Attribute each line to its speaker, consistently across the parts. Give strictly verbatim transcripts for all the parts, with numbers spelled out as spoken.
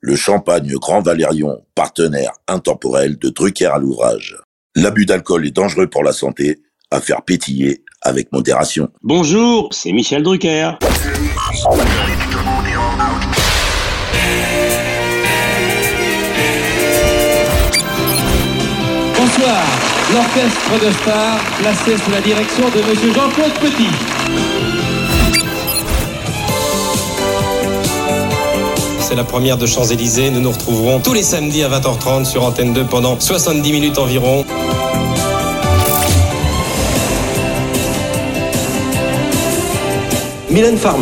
Speaker 1: le champagne Grand Valérion, partenaire intemporel de Drucker à l'ouvrage. L'abus d'alcool est dangereux pour la santé, à faire pétiller avec modération.
Speaker 2: Bonjour, c'est Michel Drucker.
Speaker 3: Bonsoir, l'orchestre de stars placé sous la direction de Monsieur Jean-Claude Petit.
Speaker 4: C'est la première de Champs-Élysées. Nous nous retrouverons tous les samedis à vingt heures trente sur Antenne deux pendant soixante-dix minutes environ.
Speaker 5: Mylène Farmer.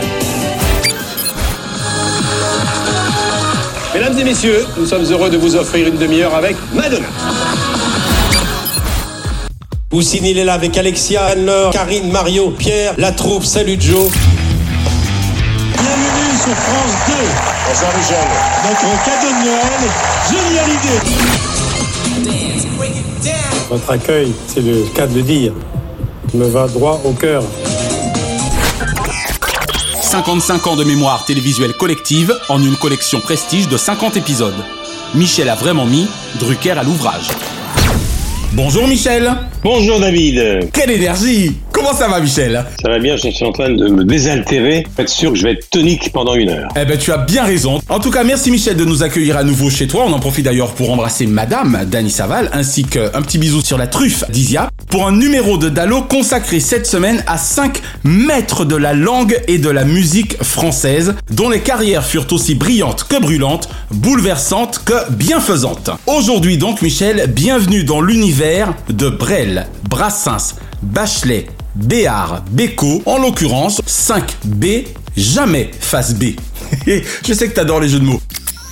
Speaker 6: Mesdames et messieurs, nous sommes heureux de vous offrir une demi-heure avec Madonna.
Speaker 4: Poussine, il est là avec Alexia, Anne-Laure, Karine, Mario, Pierre, la troupe, salut Joe.
Speaker 7: Bienvenue sur France deux.
Speaker 8: Bonsoir Michel.
Speaker 7: Notre cadeau de Noël, génial idée.
Speaker 9: Votre accueil, c'est le cas de le dire, me va droit au cœur.
Speaker 10: cinquante-cinq ans de mémoire télévisuelle collective en une collection prestige de cinquante épisodes. Michel a vraiment mis Drucker à l'ouvrage. Bonjour Michel.
Speaker 2: Bonjour David.
Speaker 10: Quelle énergie. Comment ça va Michel?
Speaker 2: Ça va bien, je suis en train de me désaltérer. Être sûr que je vais être tonique pendant une heure.
Speaker 10: Eh ben tu as bien raison. En tout cas, merci Michel de nous accueillir à nouveau chez toi. On en profite d'ailleurs pour embrasser Madame Dany Saval, ainsi qu'un petit bisou sur la truffe d'Isia, pour un numéro de Dallo consacré cette semaine à cinq maîtres de la langue et de la musique française, dont les carrières furent aussi brillantes que brûlantes, bouleversantes que bienfaisantes. Aujourd'hui donc Michel, bienvenue dans l'univers de Brel, Brassens, Bachelet, Béard, Bécaud, en l'occurrence cinq B, jamais face B. Je sais que t'adores les jeux de mots.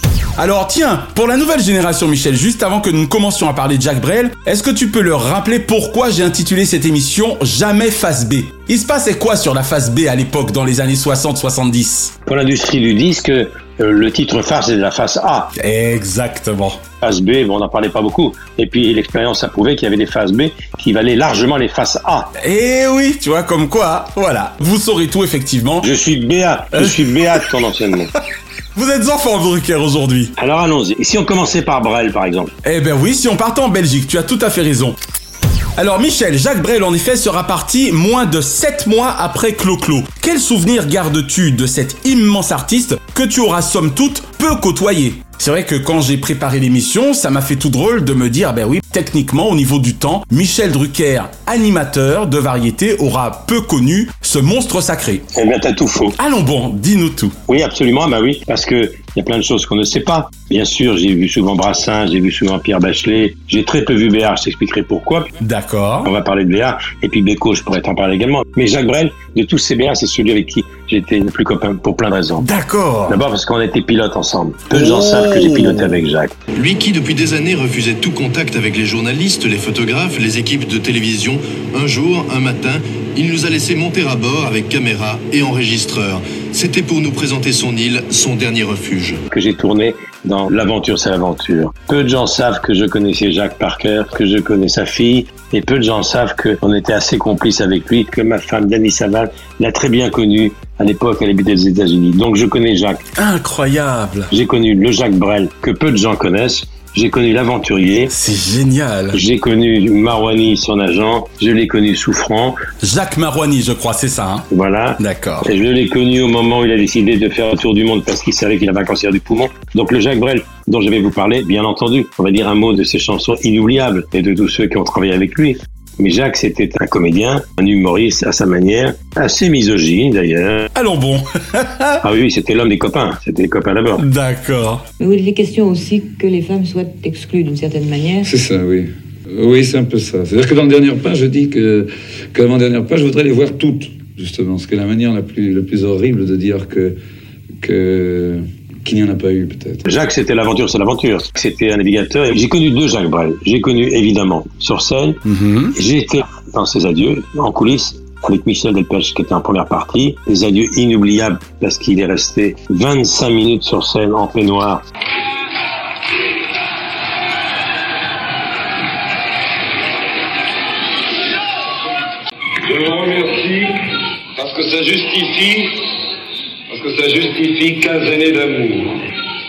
Speaker 10: Alors tiens, pour la nouvelle génération Michel, juste avant que nous commencions à parler de Jacques Brel, est-ce que tu peux leur rappeler pourquoi j'ai intitulé cette émission Jamais face B? Il se passait quoi sur la face B à l'époque, dans les années soixante soixante-dix?
Speaker 2: Pour l'industrie du disque, euh, le titre phare c'est de la face A.
Speaker 10: Exactement.
Speaker 2: Face B, bon, on n'en parlait pas beaucoup. Et puis l'expérience a prouvé qu'il y avait des faces B qui valaient largement les faces A.
Speaker 10: Eh oui, tu vois, comme quoi, voilà. Vous saurez tout effectivement.
Speaker 2: Je suis béat, je suis béat de ton enseignement.
Speaker 10: Vous êtes enfant, Drucker, aujourd'hui.
Speaker 2: Alors allons-y. Et si on commençait par Brel, par exemple?
Speaker 10: Eh ben oui, si on partait en Belgique, tu as tout à fait raison. Alors Michel, Jacques Brel en effet sera parti moins de sept mois après Clo-Clo. Quel souvenir gardes-tu de cet immense artiste que tu auras somme toute peu côtoyé? C'est vrai que quand j'ai préparé l'émission, ça m'a fait tout drôle de me dire, ben oui, techniquement, au niveau du temps, Michel Drucker, animateur de variété, aura peu connu ce monstre sacré.
Speaker 2: Eh bien, t'as tout faux.
Speaker 10: Allons bon, dis-nous tout.
Speaker 2: Oui, absolument, bah oui, parce que il y a plein de choses qu'on ne sait pas. Bien sûr, j'ai vu souvent Brassens, j'ai vu souvent Pierre Bachelet, j'ai très peu vu Béard, je t'expliquerai pourquoi.
Speaker 10: D'accord.
Speaker 2: On va parler de Béard, et puis Bécaud, je pourrais t'en parler également. Mais Jacques Brel, de tous ces Béards, c'est celui avec qui j'étais le plus copain, pour plein de raisons.
Speaker 10: D'accord.
Speaker 2: D'abord parce qu'on était pilotes ensemble. Peu de gens oh. savent que j'ai piloté avec Jacques.
Speaker 11: Lui qui, depuis des années, refusait tout contact avec les journalistes, les photographes, les équipes de télévision, un jour, un matin, il nous a laissé monter à bord avec caméra et enregistreur. C'était pour nous présenter son île, son dernier refuge.
Speaker 2: Que j'ai tourné dans L'aventure, c'est l'aventure. Peu de gens savent que je connaissais Jacques par cœur, que je connais sa fille, et peu de gens savent qu'on était assez complices avec lui, que ma femme Dany Saval l'a très bien connu. À l'époque, elle habitait aux États-Unis. Donc je connais Jacques.
Speaker 10: Incroyable.
Speaker 2: J'ai connu le Jacques Brel que peu de gens connaissent. J'ai connu l'aventurier.
Speaker 10: C'est génial.
Speaker 2: J'ai connu Marouani, son agent. Je l'ai connu souffrant.
Speaker 10: Jacques Marouani, je crois, c'est ça. Hein
Speaker 2: voilà.
Speaker 10: D'accord.
Speaker 2: Et je l'ai connu au moment où il a décidé de faire un tour du monde parce qu'il savait qu'il avait un cancer du poumon. Donc le Jacques Brel dont je vais vous parler, bien entendu, on va dire un mot de ses chansons inoubliables et de tous ceux qui ont travaillé avec lui. Mais Jacques, c'était un comédien, un humoriste à sa manière, assez misogyne d'ailleurs.
Speaker 10: Allons bon.
Speaker 2: Ah oui, c'était l'homme des copains, c'était les copains d'abord.
Speaker 10: D'accord.
Speaker 12: Mais il est question aussi que les femmes soient exclues d'une certaine manière.
Speaker 13: C'est ça, oui. Oui, c'est un peu ça. C'est-à-dire que dans le dernier pas, je dis que, que dans le dernier pas, je voudrais les voir toutes, justement. Ce qui est la manière la plus, la plus horrible de dire que... que qu'il n'y en a pas eu, peut-être.
Speaker 2: Jacques, c'était l'aventure, c'est l'aventure. C'était un navigateur. J'ai connu deux Jacques Brel. J'ai connu, évidemment, sur scène. Mm-hmm. J'ai été dans ses adieux, en coulisses, avec Michel Delpech, qui était en première partie. Des adieux inoubliables, parce qu'il est resté vingt-cinq minutes sur scène, en peignoir.
Speaker 14: Je vous remercie, parce que ça justifie... Parce que ça justifie quinze années d'amour.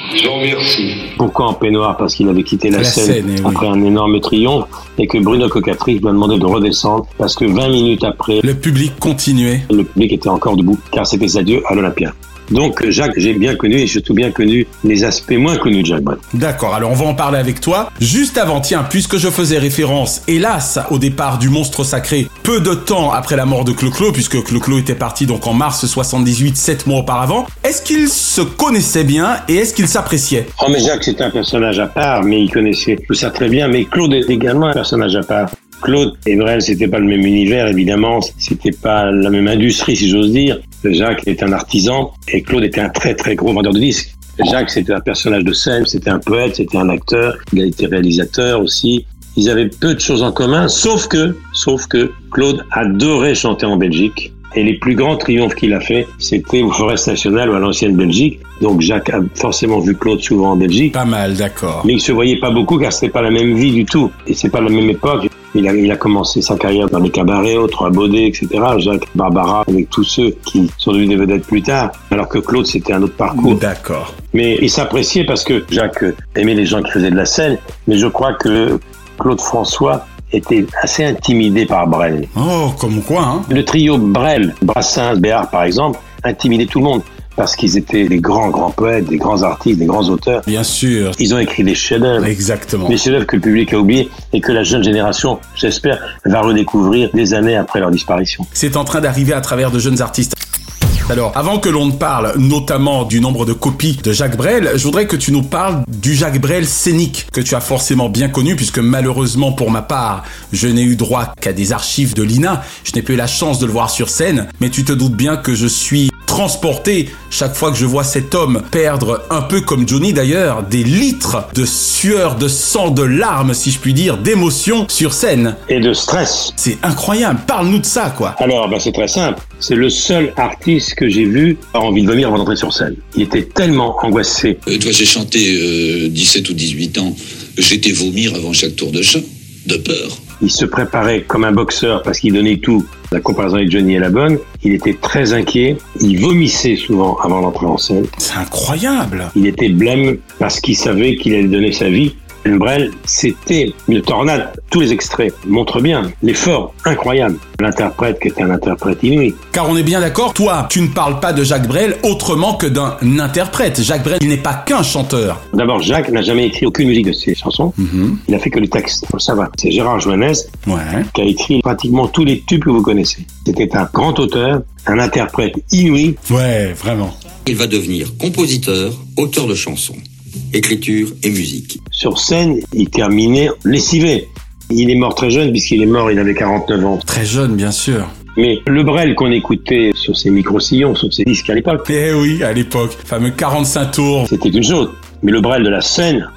Speaker 14: Je vous remercie.
Speaker 2: Pourquoi en peignoir? Parce qu'il avait quitté la,
Speaker 10: la
Speaker 2: scène,
Speaker 10: scène eh
Speaker 2: après
Speaker 10: oui.
Speaker 2: un énorme triomphe et que Bruno Cocatrice lui a demandé de redescendre parce que vingt minutes après,
Speaker 10: le public continuait.
Speaker 2: Le public était encore debout car c'était ses adieux à l'Olympia. Donc Jacques, j'ai bien connu et surtout bien connu les aspects moins connus de Jacques Brel.
Speaker 10: D'accord, alors on va en parler avec toi. Juste avant, tiens, puisque je faisais référence, hélas, au départ du Monstre Sacré, peu de temps après la mort de Clo-Clo, puisque Clo-Clo était parti donc en mars soixante-dix-huit, sept mois auparavant, est-ce qu'ils se connaissaient bien et est-ce qu'ils s'appréciaient?
Speaker 2: Oh mais Jacques c'était un personnage à part, mais il connaissait tout ça très bien, mais Claude est également un personnage à part. Claude et Brel, c'était pas le même univers, évidemment, c'était pas la même industrie, si j'ose dire. Jacques était un artisan et Claude était un très très gros vendeur de disques. Jacques, c'était un personnage de scène, c'était un poète, c'était un acteur, il a été réalisateur aussi. Ils avaient peu de choses en commun, sauf que, sauf que Claude adorait chanter en Belgique. Et les plus grands triomphes qu'il a fait, c'était au Forest National ou à l'ancienne Belgique. Donc Jacques a forcément vu Claude souvent en Belgique.
Speaker 10: Pas mal, d'accord.
Speaker 2: Mais il se voyait pas beaucoup car c'était pas la même vie du tout. Et c'est pas la même époque. Il a, il a commencé sa carrière dans les cabarets, aux Trois Baudets, et cetera. Jacques, Barbara, avec tous ceux qui sont devenus des vedettes plus tard. Alors que Claude, c'était un autre parcours.
Speaker 10: D'accord.
Speaker 2: Mais il s'appréciait parce que Jacques aimait les gens qui faisaient de la scène. Mais je crois que Claude François était assez intimidé par Brel.
Speaker 10: Oh, comme quoi, hein?
Speaker 2: Le trio Brel, Brassens, Béard, par exemple, intimidait tout le monde. Parce qu'ils étaient des grands, grands poètes, des grands artistes, des grands auteurs.
Speaker 10: Bien sûr.
Speaker 2: Ils ont écrit des chefs-d'œuvre.
Speaker 10: Exactement.
Speaker 2: Des chefs-d'œuvre que le public a oubliés et que la jeune génération, j'espère, va redécouvrir des années après leur disparition.
Speaker 10: C'est en train d'arriver à travers de jeunes artistes. Alors, avant que l'on ne parle notamment du nombre de copies de Jacques Brel, je voudrais que tu nous parles du Jacques Brel scénique, que tu as forcément bien connu, puisque malheureusement pour ma part, je n'ai eu droit qu'à des archives de l'I N A. Je n'ai pas eu la chance de le voir sur scène, mais tu te doutes bien que je suis transporté chaque fois que je vois cet homme perdre, un peu comme Johnny d'ailleurs, des litres de sueur, de sang, de larmes, si je puis dire, d'émotions sur scène.
Speaker 2: Et de stress.
Speaker 10: C'est incroyable, parle-nous de ça, quoi.
Speaker 2: Alors, bah, c'est très simple. C'est le seul artiste que j'ai vu avoir envie de vomir avant d'entrer sur scène. Il était tellement angoissé.
Speaker 5: Euh, toi, j'ai chanté euh, dix-sept ou dix-huit ans. J'étais vomir avant chaque tour de chant, de peur.
Speaker 2: Il se préparait comme un boxeur parce qu'il donnait tout. La comparaison avec Johnny est la bonne. Il était très inquiet. Il vomissait souvent avant d'entrer en scène.
Speaker 10: C'est incroyable.
Speaker 2: Il était blême parce qu'il savait qu'il allait donner sa vie. Brel, c'était une tornade. Tous les extraits montrent bien l'effort incroyable. L'interprète qui était un interprète inouï.
Speaker 10: Car on est bien d'accord, toi, tu ne parles pas de Jacques Brel autrement que d'un interprète. Jacques Brel, il n'est pas qu'un chanteur.
Speaker 2: D'abord, Jacques n'a jamais écrit aucune musique de ses chansons. Mm-hmm. Il a fait que les textes. Ça va. C'est Gérard Joannès
Speaker 10: ouais.
Speaker 2: qui a écrit pratiquement tous les tubes que vous connaissez. C'était un grand auteur, un interprète inouï.
Speaker 10: Ouais, vraiment.
Speaker 5: Il va devenir compositeur, auteur de chansons, écriture et musique.
Speaker 2: Sur scène, il terminait lessivé. Il est mort très jeune puisqu'il est mort, il avait quarante-neuf ans.
Speaker 10: Très jeune, bien sûr.
Speaker 2: Mais le Brel qu'on écoutait sur ses micro-sillons, sur ses disques à l'époque.
Speaker 10: Eh oui, à l'époque. Fameux quarante-cinq tours.
Speaker 2: C'était une chose. Mais le Brel de la scène,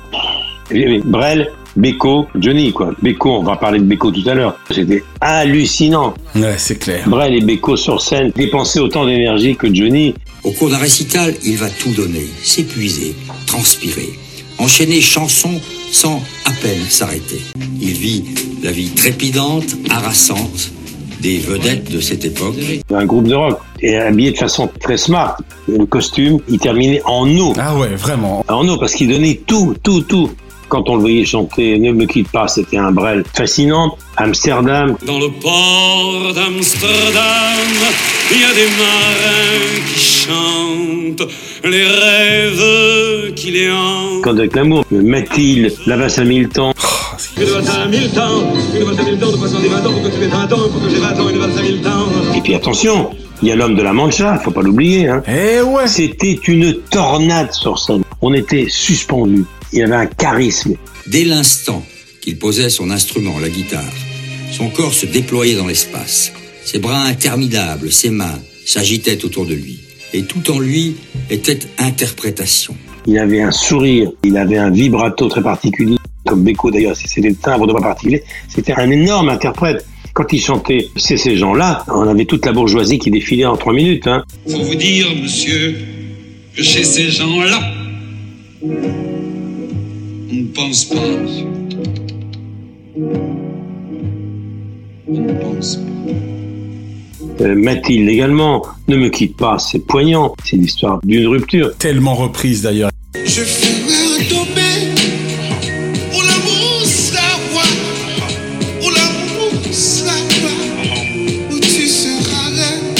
Speaker 2: Brel, Beko, Johnny, quoi. Beko, on va parler de Beko tout à l'heure. C'était hallucinant.
Speaker 10: Ouais, c'est clair.
Speaker 2: Brel et Beko sur scène dépensaient autant d'énergie que Johnny.
Speaker 5: Au cours d'un récital, il va tout donner, s'épuiser, transpirer, enchaîner chansons sans à peine s'arrêter. Il vit la vie trépidante, harassante des vedettes de cette époque.
Speaker 2: Un groupe de rock et habillé de façon très smart. Le costume, il terminait en eau.
Speaker 10: Ah ouais, vraiment.
Speaker 2: En eau, parce qu'il donnait tout, tout, tout. Quand on le voyait chanter « Ne me quitte pas », c'était un Brel fascinant. Amsterdam.
Speaker 8: Dans le port d'Amsterdam, il y a des marins qui chantent les rêves qui les hantent.
Speaker 2: Quand avec l'amour, Mathilde, la valse à mille temps.
Speaker 8: Une valse à mille temps, une valse à mille temps, de soixante-dix vingt ans, pour que tu aies vingt ans, pour que j'ai vingt ans, une valse à mille temps.
Speaker 2: Et puis attention, il y a l'homme de la Mancha, faut pas l'oublier. Hein.
Speaker 10: Eh ouais.
Speaker 2: C'était une tornade sur scène. On était suspendus. Il y avait un charisme.
Speaker 5: Dès l'instant qu'il posait son instrument, la guitare, son corps se déployait dans l'espace. Ses bras interminables, ses mains s'agitaient autour de lui. Et tout en lui était interprétation.
Speaker 2: Il avait un sourire, il avait un vibrato très particulier. Comme Beko d'ailleurs, c'était le timbre de voix particulier. C'était un énorme interprète. Quand il chantait, c'est ces gens-là, on avait toute la bourgeoisie qui défilait en trois minutes. Hein.
Speaker 8: Faut vous dire, monsieur, que chez ces gens-là, on ne pense pas. On ne pense pas.
Speaker 2: Euh, Mathilde également, ne me quitte pas, c'est poignant. C'est l'histoire d'une rupture.
Speaker 10: Tellement reprise d'ailleurs.
Speaker 15: je ferai tomber. Où l'amour sera roi, où l'amour sera roi, où tu seras reine.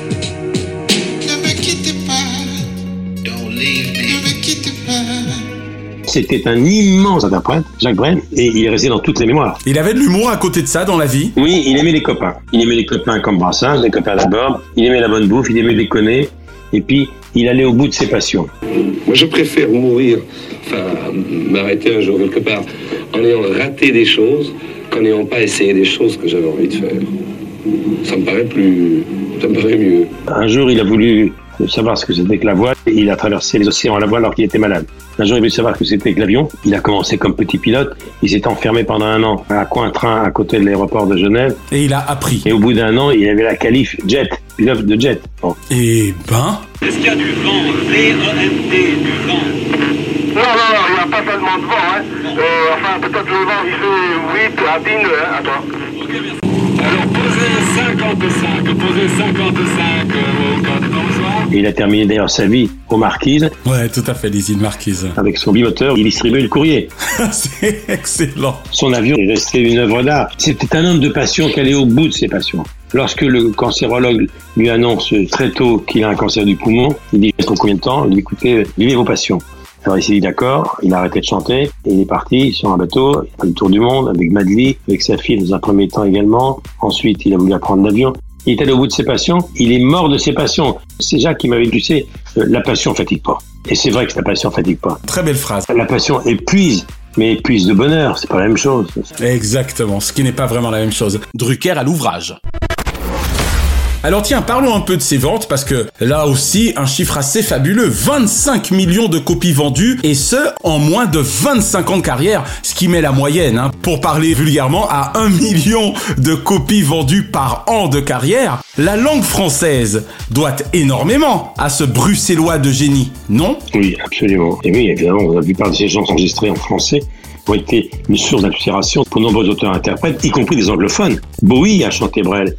Speaker 15: Ne me quitte pas, don't leave me. Ne me quitte pas.
Speaker 2: C'était un immense interprète, Jacques Brel, et il est resté dans toutes les mémoires.
Speaker 10: Il avait de l'humour à côté de ça dans la vie.
Speaker 2: Oui, il aimait les copains. Il aimait les copains comme Brassens, les copains d'abord. Il aimait la bonne bouffe, il aimait déconner. Et puis, il allait au bout de ses passions.
Speaker 16: Moi, je préfère mourir, enfin, m'arrêter un jour quelque part, en ayant raté des choses, qu'en n'ayant pas essayé des choses que j'avais envie de faire. Ça me paraît plus... ça me paraît mieux.
Speaker 2: Un jour, il a voulu savoir ce que c'était que la voile, et il a traversé les océans à la voile alors qu'il était malade. Un jour, il a voulu savoir ce que c'était que l'avion. Il a commencé comme petit pilote. Il s'est enfermé pendant un an à Cointrin, à côté de l'aéroport de Genève.
Speaker 10: Et il a appris.
Speaker 2: Et au bout d'un an, il avait la qualif jet, pilote de jet. Bon.
Speaker 10: Et ben...
Speaker 17: Est-ce qu'il y a du vent, V E N T, du vent?
Speaker 18: Non, non, non, il n'y a pas tellement de vent, hein. Euh, enfin, peut-être le vent, il fait huit à dix nœuds, hein, attends.
Speaker 17: Ok, merci. Alors, posez cinquante-cinq, posez cinquante-cinq euh, au cadre. Bonsoir.
Speaker 2: Et il a terminé d'ailleurs sa vie aux Marquises.
Speaker 10: Ouais, tout à fait, les îles Marquises.
Speaker 2: Avec son bimoteur, il distribuait le courrier.
Speaker 10: C'est excellent.
Speaker 2: Son avion est resté une œuvre d'art. C'était un homme de passion qui allait au bout de ses passions. Lorsque le cancérologue lui annonce très tôt qu'il a un cancer du poumon, il dit pour combien de temps? Il dit écoutez, vivez vos passions. Alors il s'est dit d'accord, il a arrêté de chanter, et il est parti sur un bateau, il a fait le tour du monde avec Madeleine, avec sa fille dans un premier temps également. Ensuite, il a voulu apprendre l'avion. Il est allé au bout de ses passions, il est mort de ses passions. C'est Jacques qui m'avait dit, tu sais, la passion fatigue pas. Et c'est vrai que la passion fatigue pas.
Speaker 10: Très belle phrase.
Speaker 2: La passion épuise, mais épuise de bonheur, c'est pas la même chose.
Speaker 10: Exactement, ce qui n'est pas vraiment la même chose. Drucker à l'ouvrage. Alors tiens, parlons un peu de ces ventes parce que là aussi, un chiffre assez fabuleux, vingt-cinq millions de copies vendues et ce, en moins de vingt-cinq ans de carrière, ce qui met la moyenne, hein, pour parler vulgairement, à un million de copies vendues par an de carrière. La langue française doit énormément à ce bruxellois de génie, non?
Speaker 2: Oui, absolument. Et oui, évidemment, la plupart de ces chansons enregistrées en français ont été une source d'inspiration pour nombreux auteurs-interprètes, y compris des anglophones. Bowie a chanté Brel.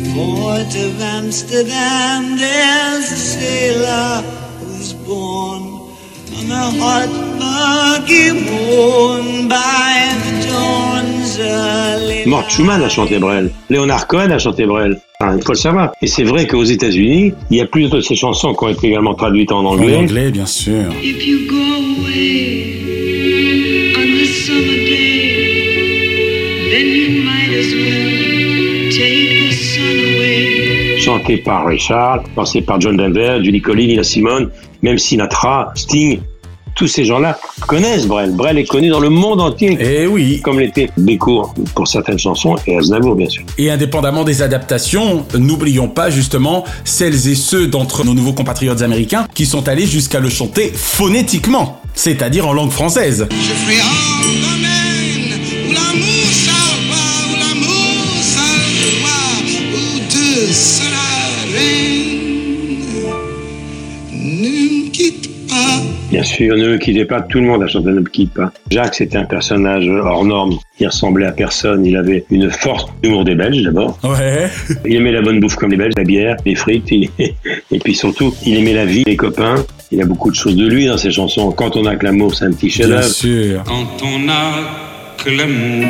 Speaker 2: Mort Schumann a chanté Brel. Leonard Cohen a chanté Brel. Enfin, il faut le savoir. Et c'est vrai qu'aux États-Unis, il y a plusieurs de ces chansons qui ont été également traduites en anglais.
Speaker 10: En anglais, bien sûr.
Speaker 15: If you go away on the summer day, then you might as well take the sun away.
Speaker 2: Chanté par Richard, pensé par John Denver, Judy Collins, Nina Simone, même Sinatra, Sting. Tous ces gens-là connaissent Brel. Brel est connu dans le monde entier.
Speaker 10: Eh oui.
Speaker 2: Comme l'était Bécourt pour certaines chansons et Aznavour, bien sûr.
Speaker 10: Et indépendamment des adaptations, n'oublions pas justement celles et ceux d'entre nos nouveaux compatriotes américains qui sont allés jusqu'à le chanter phonétiquement, c'est-à-dire en langue française.
Speaker 15: Je ferai un domaine où l'amour s'arrête, où l'amour s'arrête, où deux sera reine. Ne me quitte pas.
Speaker 2: Bien sûr, ne me quittez pas, tout le monde a chanté Ne me quitte pas. Jacques, c'était un personnage hors norme. Il ressemblait à personne. Il avait une force d'humour des Belges, d'abord.
Speaker 10: Ouais.
Speaker 2: Il aimait la bonne bouffe comme les Belges, la bière, les frites. Il... Et puis surtout, il aimait la vie, les copains. Il y a beaucoup de choses de lui dans ses chansons. Quand on a que l'amour, c'est un petit chef-d'œuvre.
Speaker 10: Bien sûr.
Speaker 17: Quand on a que l'amour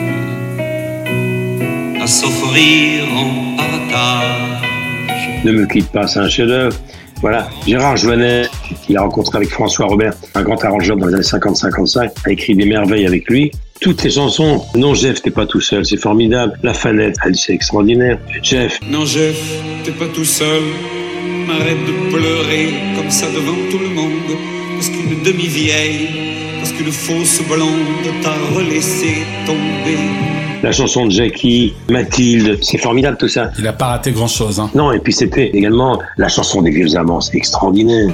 Speaker 17: à s'offrir en partage.
Speaker 2: Ne me quitte pas, c'est un chef-d'œuvre. Voilà, Gérard Joannet, qu'il a rencontré avec François Robert, un grand arrangeur dans les années cinquante cinquante-cinq, a écrit des merveilles avec lui. Toutes les chansons, non Jeff, t'es pas tout seul, c'est formidable. La Fanette, elle, c'est extraordinaire. Jeff.
Speaker 17: Non Jeff, t'es pas tout seul, arrête de pleurer comme ça devant tout le monde, parce qu'une demi-vieille, parce qu'une fausse blonde t'a relaissé tomber.
Speaker 2: La chanson de Jackie, Mathilde, c'est formidable tout ça.
Speaker 10: Il a pas raté grand chose, hein.
Speaker 2: Non, et puis c'était également la chanson des vieux amants, c'est extraordinaire.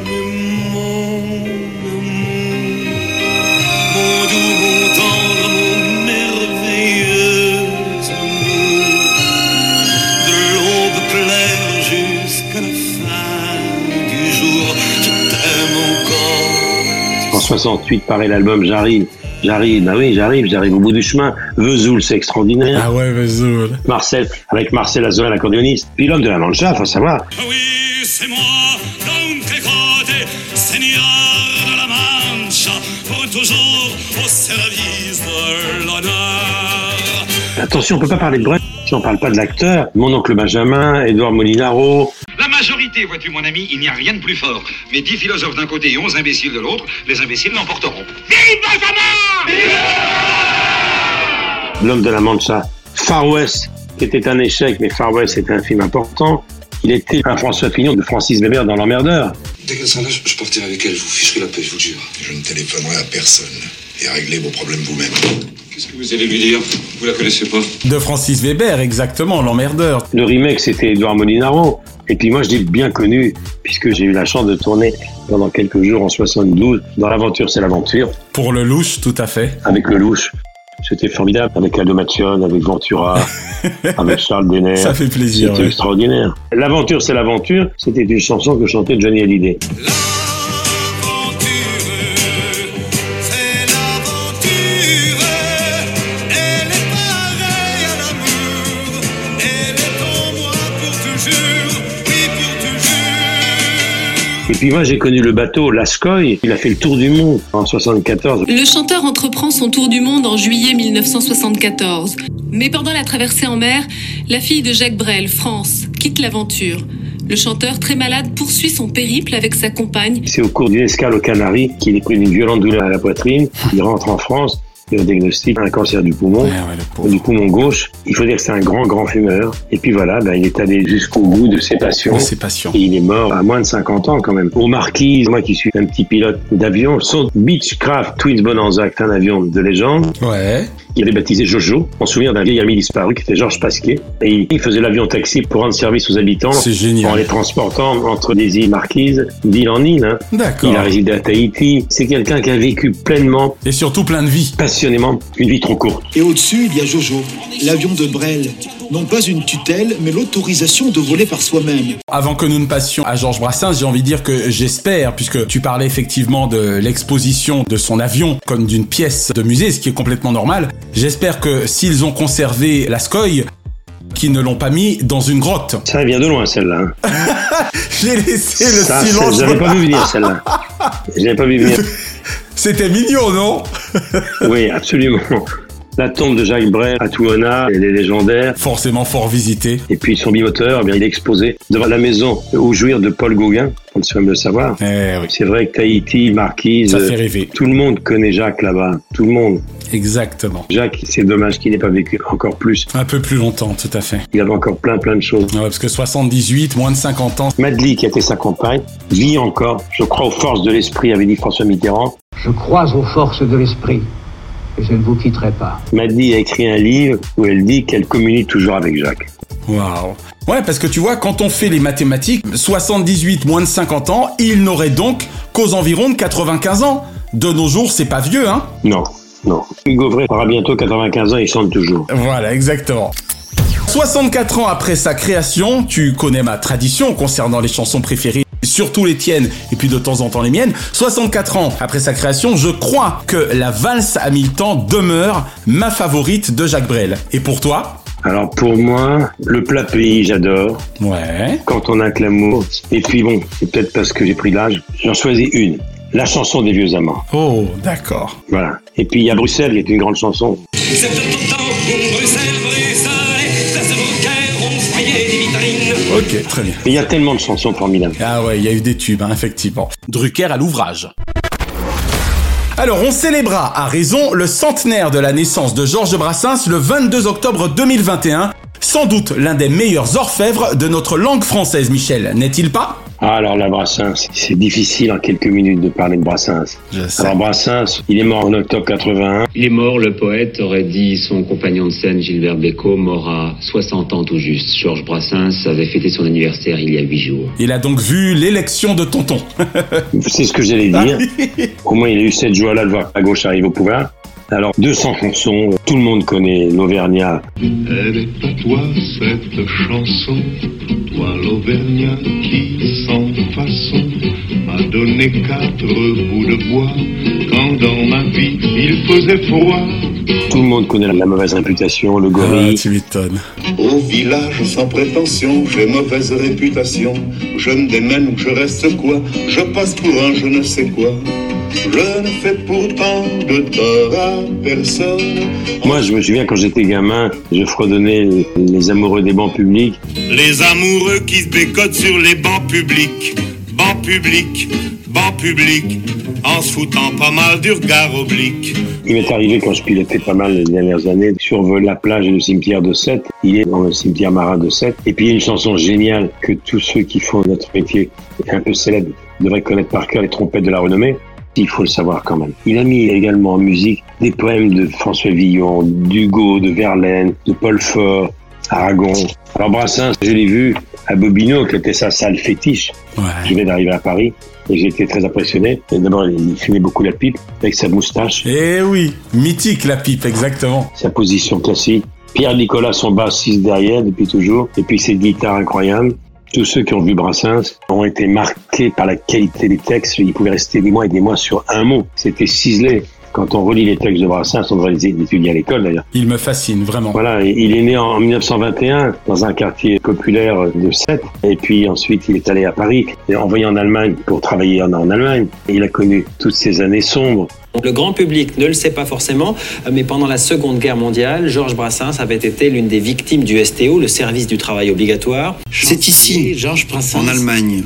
Speaker 2: En soixante-huit paraît l'album J'arrive. J'arrive, bah oui, j'arrive, j'arrive au bout du chemin. Vesoul, c'est extraordinaire.
Speaker 10: Ah ouais, Vesoul.
Speaker 2: Marcel, avec Marcel Azoulay, l'accordéoniste. Puis l'homme de la Mancha, faut savoir.
Speaker 8: Ah oui, c'est moi, Don Quixote, seigneur de la Mancha. toujours au service de l'honneur.
Speaker 2: Attention, on peut pas parler de Brel si on parle pas de l'acteur. Mon oncle Benjamin, Édouard Molinaro.
Speaker 19: La majorité, vois-tu mon ami, il n'y a rien de plus fort. Mais dix philosophes d'un côté et onze imbéciles de l'autre, les imbéciles l'emporteront. Vive Benjamin!
Speaker 2: L'homme de la Mancha. Far West, qui était un échec, mais Far West était un film important. Il était un François Fillon de Francis Weber dans L'Emmerdeur.
Speaker 20: Dès qu'elle sera là, je partirai avec elle, je vous ficherai la paix, je vous jure.
Speaker 21: Je ne téléphonerai à personne et réglez vos problèmes vous-même.
Speaker 20: Qu'est-ce que vous allez lui dire? Vous la connaissez pas?
Speaker 10: De Francis Weber, exactement, L'Emmerdeur.
Speaker 2: Le remake, c'était Édouard Molinaro. Et puis moi, je l'ai bien connu, puisque j'ai eu la chance de tourner pendant quelques jours en soixante-douze dans L'Aventure, c'est l'aventure.
Speaker 10: Pour le louche, tout à fait.
Speaker 2: Avec le louche. C'était formidable, avec Aldo Macione, avec Ventura, avec Charles Denner.
Speaker 10: Ça fait plaisir.
Speaker 2: C'était
Speaker 10: ouais.
Speaker 2: extraordinaire. L'aventure, c'est l'aventure. C'était une chanson que chantait Johnny Hallyday. Et puis moi, j'ai connu le bateau Lascoy. Il a fait le tour du monde en soixante-quatorze.
Speaker 22: Le chanteur entreprend son tour du monde en juillet mille neuf cent soixante-quatorze. Mais pendant la traversée en mer, la fille de Jacques Brel, France, quitte l'aventure. Le chanteur, très malade, poursuit son périple avec sa compagne.
Speaker 2: C'est au cours d'une escale aux Canaries qu'il est pris d'une violente douleur à la poitrine. Il rentre en France. Il diagnostique un cancer du poumon,
Speaker 10: ouais, ouais,
Speaker 2: du poumon gauche. Il faut dire que c'est un grand, grand fumeur. Et puis voilà, ben, il est allé jusqu'au bout de ses passions.
Speaker 10: De ses passions.
Speaker 2: Et il est mort à moins de cinquante ans quand même. Aux Marquises, moi qui suis un petit pilote d'avion, son Beechcraft Twins Bonanza, c'est un avion de légende.
Speaker 10: Ouais.
Speaker 2: Il est baptisé Jojo, en souvenir d'un vieil ami disparu qui était Georges Pasquier. Et il faisait l'avion taxi pour rendre service aux habitants.
Speaker 10: C'est génial.
Speaker 2: En les transportant entre des îles Marquises, d'île en île. Hein.
Speaker 10: D'accord.
Speaker 2: Il a résidé à Tahiti. C'est quelqu'un qui a vécu pleinement.
Speaker 10: Et surtout plein de vie.
Speaker 2: Passionnément. Une vie trop courte.
Speaker 23: Et au-dessus, il y a Jojo, l'avion de Brel. Non pas une tutelle, mais l'autorisation de voler par soi-même.
Speaker 10: Avant que nous ne passions à Georges Brassens, j'ai envie de dire que j'espère, puisque tu parlais effectivement de l'exposition de son avion comme d'une pièce de musée, ce qui est complètement normal, j'espère que s'ils ont conservé Lascoy, qu'ils ne l'ont pas mis dans une grotte.
Speaker 2: Ça vient de loin, celle-là. Hein.
Speaker 10: J'ai laissé le
Speaker 2: Ça,
Speaker 10: silence.
Speaker 2: Je l'avais pas vu venir, celle-là. Je l'avais pas vu venir.
Speaker 10: C'était mignon, non?
Speaker 2: Oui, absolument. La tombe de Jacques Brel à Touana, elle est légendaire.
Speaker 10: Forcément fort visitée.
Speaker 2: Et puis son bimoteur, eh bien, il est exposé devant la maison au jouir de Paul Gauguin, on se fait le savoir.
Speaker 10: Eh, oui.
Speaker 2: C'est vrai que Tahiti, Marquise,
Speaker 10: ça fait rêver.
Speaker 2: Tout le monde connaît Jacques là-bas, tout le monde.
Speaker 10: Exactement.
Speaker 2: Jacques, c'est dommage qu'il n'ait pas vécu encore plus.
Speaker 10: Un peu plus longtemps, tout à fait.
Speaker 2: Il avait encore plein plein de choses.
Speaker 10: Ouais, parce que soixante-dix-huit, moins de cinquante ans.
Speaker 2: Madly, qui était sa compagne, vit encore. Je crois aux forces de l'esprit, avait dit François Mitterrand.
Speaker 24: Je crois aux forces de l'esprit. Et je ne vous quitterai pas.
Speaker 2: Madly a écrit un livre où elle dit qu'elle communique toujours avec Jacques.
Speaker 10: Waouh. Ouais, parce que tu vois, quand on fait les mathématiques, soixante-dix-huit, moins de cinquante ans, il n'aurait donc qu'aux environs de quatre-vingt-quinze ans. De nos jours, c'est pas vieux, hein?
Speaker 2: Non, non. Hugo Vray aura bientôt quatre-vingt-quinze ans, il chante toujours.
Speaker 10: Voilà, exactement. soixante-quatre ans après sa création, tu connais ma tradition concernant les chansons préférées, surtout les tiennes et puis de temps en temps les miennes. soixante-quatre ans après sa création, je crois que la valse à mille temps demeure ma favorite de Jacques Brel. Et pour toi?
Speaker 2: Alors pour moi, le plat pays, j'adore.
Speaker 10: Ouais.
Speaker 2: Quand on a que l'amour. Et puis bon, c'est peut-être parce que j'ai pris l'âge, j'en choisis une. La chanson des vieux amants.
Speaker 10: Oh, d'accord.
Speaker 2: Voilà. Et puis il y a Bruxelles, qui est une grande chanson.
Speaker 8: C'est tout temps pour Bruxelles, Bruxelles, place au Caire, on voyait des vitrines.
Speaker 10: Ok, très bien.
Speaker 2: Il y a tellement de chansons formidables.
Speaker 10: Ah ouais, il y a eu des tubes, hein, effectivement. Drucker à l'ouvrage. Alors, on célébra à raison le centenaire de la naissance de Georges Brassens le vingt-deux octobre deux mille vingt et un. Sans doute l'un des meilleurs orfèvres de notre langue française, Michel, n'est-il pas?
Speaker 2: Ah, alors la Brassens, c'est difficile en quelques minutes de parler de Brassens.
Speaker 10: Je sais.
Speaker 2: Alors Brassens, il est mort en octobre quatre-vingt-un.
Speaker 25: Il est mort, le poète, aurait dit son compagnon de scène Gilbert Bécaud, mort à soixante ans tout juste. Georges Brassens avait fêté son anniversaire il y a huit jours.
Speaker 10: Il a donc vu l'élection de Tonton.
Speaker 2: C'est ce que j'allais dire. Au moins, il a eu cette joie-là de voir à gauche arriver au pouvoir. Alors, deux cents chansons, tout le monde connaît l'Auvergnat.
Speaker 26: Elle est à toi, cette chanson, toi l'Auvergnat qui, sans façon, m'a donné quatre bouts de bois, quand dans ma vie il faisait froid.
Speaker 2: Tout le monde connaît la mauvaise réputation, le gorille.
Speaker 10: Ah, tu m'étonnes.
Speaker 26: Au village sans prétention, j'ai mauvaise réputation. Je me démène ou je reste quoi, je passe pour un je ne sais quoi. Je ne fais pourtant de tort à personne.
Speaker 2: Moi, je me souviens quand j'étais gamin, je fredonnais les, les amoureux des bancs publics.
Speaker 8: Les amoureux qui se bécotent sur les bancs publics, bancs publics, bancs publics, en se foutant pas mal du regard oblique.
Speaker 2: Il m'est arrivé quand je pilotais pas mal les dernières années, survoler la plage et le cimetière de Sète. Il est dans le cimetière marin de Sète. Et puis il y a une chanson géniale que tous ceux qui font notre métier un peu célèbre devraient connaître par cœur, les trompettes de la renommée. Il faut le savoir quand même. Il a mis également en musique des poèmes de François Villon, d'Hugo, de Verlaine, de Paul Fort, Aragon. Alors Brassens, je l'ai vu à Bobino, qui était sa salle fétiche. Ouais. Je venais d'arriver à Paris et j'ai été très impressionné. Et d'abord, il fumait beaucoup la pipe avec sa moustache.
Speaker 10: Eh oui, mythique la pipe, exactement.
Speaker 2: Sa position classique. Pierre Nicolas, son bassiste derrière depuis toujours. Et puis cette guitare incroyable. Tous ceux qui ont vu Brassens ont été marqués par la qualité des textes. Ils pouvaient rester des mois et des mois sur un mot. C'était ciselé. Quand on relit les textes de Brassens, on devrait les étudier à l'école d'ailleurs.
Speaker 10: Il me fascine, vraiment.
Speaker 2: Voilà, il est né en dix-neuf cent vingt et un dans un quartier populaire de Sète. Et puis ensuite, il est allé à Paris, et envoyé en Allemagne pour travailler en, en Allemagne. Et il a connu toutes ces années sombres.
Speaker 1: Le grand public ne le sait pas forcément, mais pendant la Seconde Guerre mondiale, Georges Brassens avait été l'une des victimes du S T O, le service du travail obligatoire.
Speaker 3: C'est ici, en Allemagne,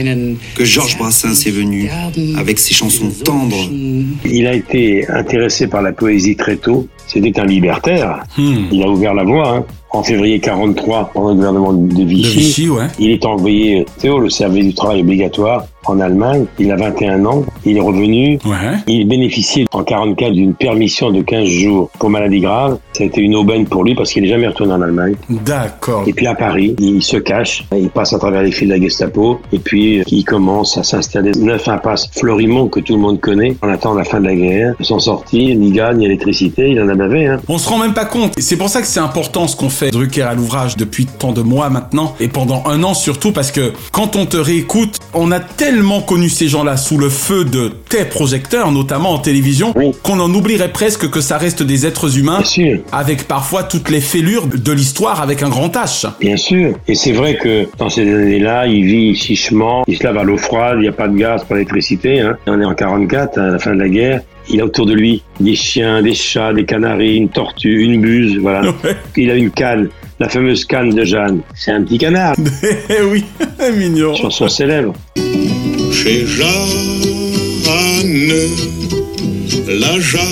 Speaker 3: que Georges Brassens est venu, avec ses chansons tendres.
Speaker 2: Il a été intéressé par la poésie très tôt. C'était un libertaire. Hmm. Il a ouvert la voie. Hein. En février quarante-trois, pendant le gouvernement de Vichy,
Speaker 10: de Vichy ouais.
Speaker 2: Il est envoyé Théo, le service du travail obligatoire, en Allemagne. Il a vingt et un ans. Il est revenu.
Speaker 10: Ouais.
Speaker 2: Il bénéficiait en quarante-quatre d'une permission de quinze jours pour maladie grave. Ça a été une aubaine pour lui parce qu'il n'est jamais retourné en Allemagne.
Speaker 10: D'accord.
Speaker 2: Et puis à Paris, il se cache. Il passe à travers les fils de la Gestapo. Et puis il commence à s'installer neuf impasse Florimont que tout le monde connaît. On attend la fin de la guerre. Ils sont sortis, ni gaz, ni électricité. Il en a bavé. Hein.
Speaker 10: On se rend même pas compte. C'est pour ça que c'est important ce qu'on fait Drucker à l'ouvrage depuis tant de mois maintenant. Et pendant un an surtout parce que quand on te réécoute, on a tellement connu ces gens-là sous le feu de tes projecteurs, notamment en télévision, oui. qu'on en oublierait presque que ça reste des êtres humains.
Speaker 2: Bien sûr.
Speaker 10: Avec parfois toutes les fêlures de l'histoire avec un grand H.
Speaker 2: Bien sûr. Et c'est vrai que dans ces années-là, il vit chichement, il se lave à l'eau froide, il n'y a pas de gaz, pas d'électricité. Hein. On est en quarante-quatre, à la fin de la guerre. Il a autour de lui des chiens, des chats, des canaris, une tortue, une buse, voilà. Ouais. Il a une canne, la fameuse canne de Jeanne. C'est un petit canard.
Speaker 10: Eh oui, mignon.
Speaker 2: Chanson célèbre.
Speaker 26: Chez Jeanne, la Jeanne,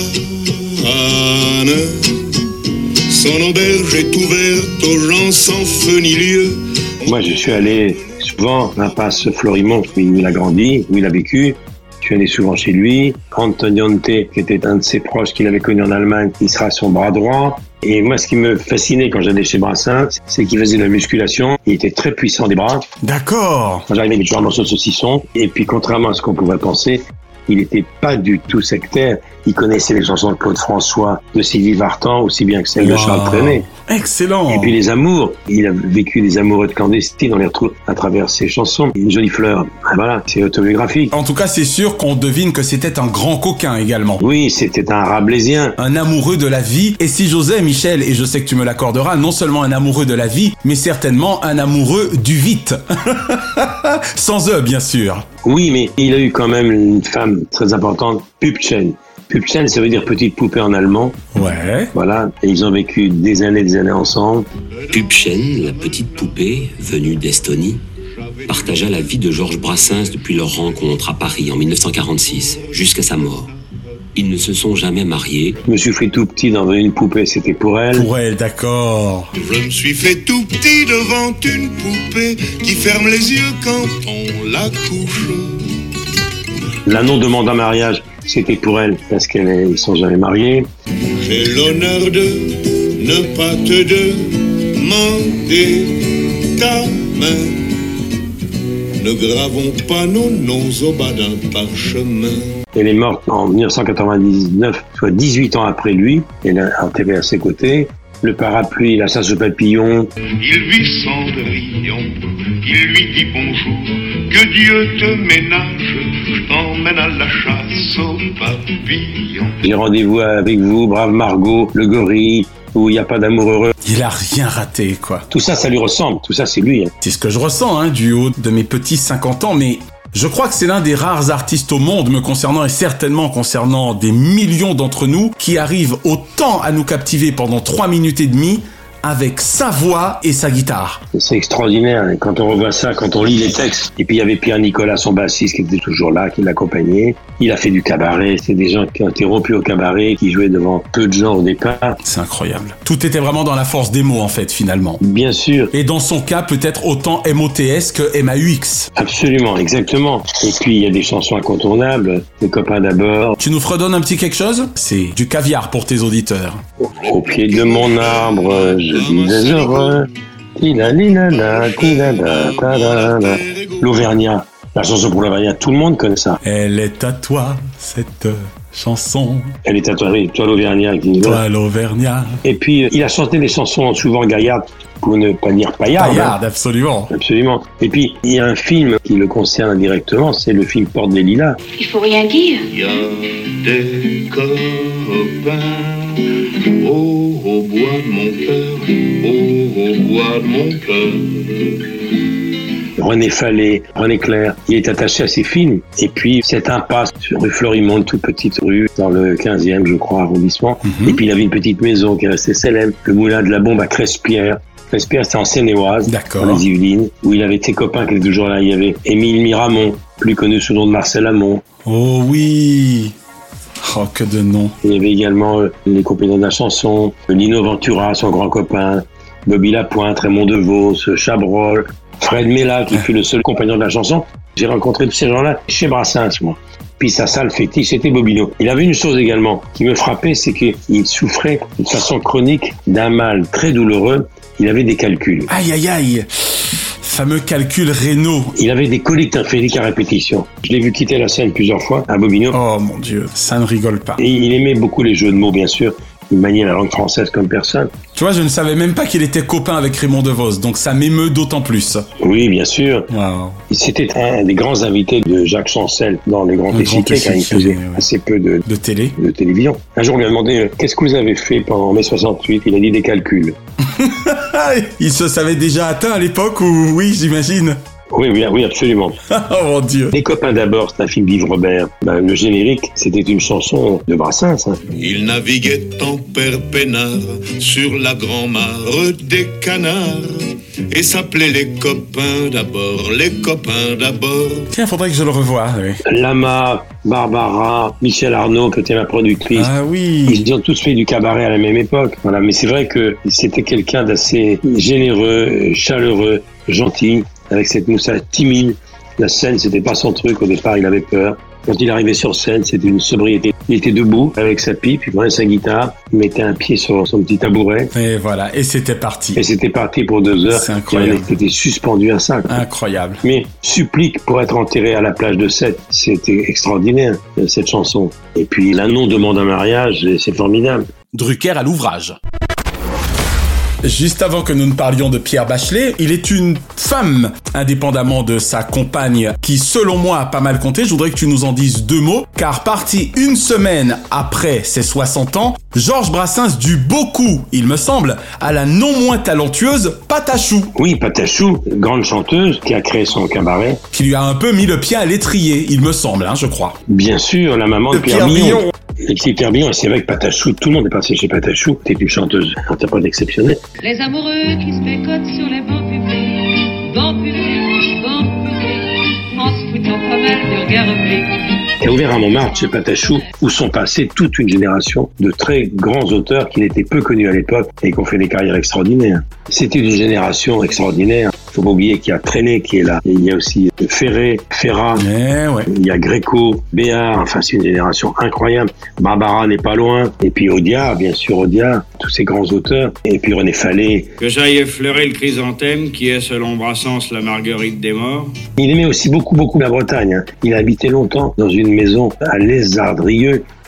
Speaker 26: son auberge est ouverte aux gens sans feu ni lieu.
Speaker 2: Moi, je suis allé souvent à l'impasse Florimont, où il a grandi, où il a vécu. Je suis allé souvent chez lui. Antoniante, qui était un de ses proches qu'il avait connu en Allemagne, il sera son bras droit. Et moi, ce qui me fascinait quand j'allais chez Brassens, c'est qu'il faisait de la musculation. Il était très puissant des bras.
Speaker 10: D'accord.
Speaker 2: Quand j'arrivais, il avait toujours un morceau de saucisson. Et puis, contrairement à ce qu'on pouvait penser, il n'était pas du tout sectaire. Il connaissait les chansons de Claude François, de Sylvie Vartan, aussi bien que celles wow. de Charles Trenet.
Speaker 10: Excellent.
Speaker 2: Et puis les amours. Il a vécu des amoureux de clandestines. On les retrouve à travers ses chansons. Une jolie fleur. Ah, voilà, c'est autobiographique.
Speaker 10: En tout cas, c'est sûr qu'on devine que c'était un grand coquin également.
Speaker 2: Oui, c'était un rabelaisien.
Speaker 10: Un amoureux de la vie. Et si j'osais, Michel, et je sais que tu me l'accorderas, non seulement un amoureux de la vie, mais certainement un amoureux du vite. Sans eux, bien sûr.
Speaker 2: Oui, mais il a eu quand même une femme très importante, Püppchen. Püppchen, ça veut dire petite poupée en allemand.
Speaker 10: Ouais.
Speaker 2: Voilà. Et ils ont vécu des années et des années ensemble.
Speaker 25: Püppchen, la petite poupée, venue d'Estonie, partagea la vie de Georges Brassens depuis leur rencontre à Paris en dix-neuf cent quarante-six, jusqu'à sa mort. Ils ne se sont jamais mariés.
Speaker 2: Je me suis fait tout petit devant une poupée, c'était pour elle.
Speaker 10: Pour elle, d'accord.
Speaker 26: Je me suis fait tout petit devant une poupée qui ferme les yeux quand on la couche.
Speaker 2: L'anneau demande un mariage, c'était pour elle, parce qu'ils ne sont jamais mariés.
Speaker 26: J'ai l'honneur de ne pas te demander ta main. Ne gravons pas nos noms au bas d'un parchemin.
Speaker 2: Elle est morte en dix-neuf cent quatre-vingt-dix-neuf, soit dix-huit ans après lui. Elle est enterrée à ses côtés. Le parapluie, la chasse aux papillons.
Speaker 26: Il lui Cendrillon, il lui dit bonjour. Que Dieu te ménage, je t'emmène à la chasse aux papillons.
Speaker 2: J'ai rendez-vous avec vous, brave Margot, le gorille, où il n'y a pas d'amour heureux.
Speaker 10: Il a rien raté, quoi.
Speaker 2: Tout ça, ça lui ressemble. Tout ça, c'est lui. Hein.
Speaker 10: C'est ce que je ressens, hein, du haut de mes petits cinquante ans, mais Je crois que c'est l'un des rares artistes au monde, me concernant et certainement concernant des millions d'entre nous, qui arrive autant à nous captiver pendant trois minutes et demie avec sa voix et sa guitare.
Speaker 2: C'est extraordinaire. Et quand on revoit ça, quand on lit les textes, et puis il y avait Pierre Nicolas, son bassiste, qui était toujours là, qui l'accompagnait. Il a fait du cabaret. C'est des gens qui ont été rompus au cabaret, qui jouaient devant peu de gens au départ.
Speaker 10: C'est incroyable. Tout était vraiment dans la force des mots, en fait, finalement.
Speaker 2: Bien sûr.
Speaker 10: Et dans son cas, peut-être autant M O T S que M A U X.
Speaker 2: Absolument, exactement. Et puis, il y a des chansons incontournables. Les copains d'abord.
Speaker 10: Tu nous fredonnes un petit quelque chose? C'est du caviar pour tes auditeurs.
Speaker 2: Au pied de mon arbre, je vis des heureux. L'Auvergnat. La chanson pour l'Auvergnat, tout le monde connaît ça.
Speaker 10: Elle est à toi, cette chanson.
Speaker 2: Elle est à toi, oui, toi l'Auvergnat.
Speaker 10: Toi l'Auvergnat.
Speaker 2: Et puis, il a chanté des chansons souvent gaillardes, pour ne pas dire paillardes.
Speaker 10: Paillardes, hein. Absolument.
Speaker 2: Absolument. Et puis, il y a un film qui le concerne indirectement, c'est le film Porte des Lilas.
Speaker 4: Il faut rien dire.
Speaker 26: Il y a des copains au, au bois de mon cœur, au, au bois de mon cœur.
Speaker 2: René Fallet, René Clair, il est attaché à ces films. Et puis, cette impasse sur rue Florimonde, toute petite rue, dans le quinzième, je crois, arrondissement. Mm-hmm. Et puis, il avait une petite maison qui est restée célèbre, le Moulin de la Bombe à Crespierre. Crespierre, c'était en Seine-et-Oise, dans les Yvelines, où il avait ses copains qui étaient toujours là. Il y avait Émile Miramont, plus connu sous le nom de Marcel Amont.
Speaker 10: Oh oui! Oh, que de noms.
Speaker 2: Il y avait également euh, les compagnons de la chanson, Lino Ventura, son grand copain, Bobby Lapointe, Raymond DeVos, Chabrol, Fred Mella, qui fut le seul compagnon de la chanson. J'ai rencontré tous ces gens-là chez Brassens, moi. Puis sa salle fétiche, c'était Bobino. Il avait une chose également qui me frappait, c'est qu'il souffrait de façon chronique d'un mal très douloureux. Il avait des calculs.
Speaker 10: Aïe, aïe, aïe. Fameux calcul rénaux.
Speaker 2: Il avait des coliques lymphémiques à répétition. Je l'ai vu quitter la scène plusieurs fois à Bobino.
Speaker 10: Oh mon Dieu, ça ne rigole pas.
Speaker 2: Et il aimait beaucoup les jeux de mots, bien sûr. Il maniait la langue française comme personne.
Speaker 10: Tu vois, je ne savais même pas qu'il était copain avec Raymond DeVos, donc ça m'émeut d'autant plus.
Speaker 2: Oui, bien sûr.
Speaker 10: Wow.
Speaker 2: C'était un des grands invités de Jacques Chancel dans Les Grands Échiquiers, car il faisait ouais. assez peu de,
Speaker 10: de télé.
Speaker 2: de télévision. Un jour, on lui a demandé « Qu'est-ce que vous avez fait pendant mai soixante-huit ?» Il a dit « Des calculs. »
Speaker 10: Il se savait déjà atteint à l'époque, ou oui, j'imagine.
Speaker 2: Oui, oui, oui, absolument.
Speaker 10: Oh mon Dieu.
Speaker 2: Les copains d'abord, c'est un film d'Yves Robert. Ben, le générique, c'était une chanson de Brassens. Hein.
Speaker 26: Il naviguait en père peinard sur la grand-mare des canards et s'appelait les copains d'abord, les copains d'abord.
Speaker 10: Tiens, faudrait que je le revoie. Oui.
Speaker 2: Lama, Barbara, Michel Arnaud, qui était ma productrice.
Speaker 10: Ah oui.
Speaker 2: Ils ont tous fait du cabaret à la même époque. Voilà, mais c'est vrai que c'était quelqu'un d'assez généreux, chaleureux, gentil, avec cette moustache timide. La scène, c'était pas son truc. Au départ, il avait peur. Quand il arrivait sur scène, c'était une sobriété. Il était debout avec sa pipe, il prenait sa guitare, il mettait un pied sur son petit tabouret.
Speaker 10: Et voilà, et c'était parti.
Speaker 2: Et c'était parti pour deux heures.
Speaker 10: C'est incroyable.
Speaker 2: Il était suspendu à ça. Quoi.
Speaker 10: Incroyable.
Speaker 2: Mais Supplique pour être enterré à la plage de Sète, c'était extraordinaire, cette chanson. Et puis, la non demande un mariage, c'est formidable.
Speaker 10: Drucker à l'ouvrage. Juste avant que nous ne parlions de Pierre Bachelet, il est une femme, indépendamment de sa compagne, qui selon moi a pas mal compté. Je voudrais que tu nous en dises deux mots, car parti une semaine après ses soixante ans, Georges Brassens dut beaucoup, il me semble, à la non moins talentueuse Patachou.
Speaker 2: Oui, Patachou, grande chanteuse, qui a créé son cabaret.
Speaker 10: Qui lui a un peu mis le pied à l'étrier, il me semble, hein, je crois.
Speaker 2: Bien sûr, la maman de, de Pierre, Pierre Billon. Et puis Pierre Billon, c'est vrai que Patachou, tout le monde est passé chez Patachou. C'était une chanteuse interprète exceptionnelle.
Speaker 6: Les amoureux qui se pécotent sur les bancs publics, bancs publics, bancs publics, en se foutant pas mal du regard oblique.
Speaker 2: Qui a ouvert à Montmartre chez Patachou, où sont passés toute une génération de très grands auteurs qui n'étaient peu connus à l'époque et qui ont fait des carrières extraordinaires. C'était une génération extraordinaire. Faut pas oublier qu'il y a Trenet qui est là. Et il y a aussi Ferré, Ferrat,
Speaker 10: eh ouais.
Speaker 2: Il y a Gréco, Béard, enfin c'est une génération incroyable. Barbara n'est pas loin. Et puis Audiard, bien sûr Audiard, tous ces grands auteurs. Et puis René Fallet.
Speaker 7: Que j'aille effleurer le chrysanthème qui est selon Brassens la marguerite des morts.
Speaker 2: Il aimait aussi beaucoup beaucoup la Bretagne. Hein. Il a habité longtemps dans une maison à Lézardrieux.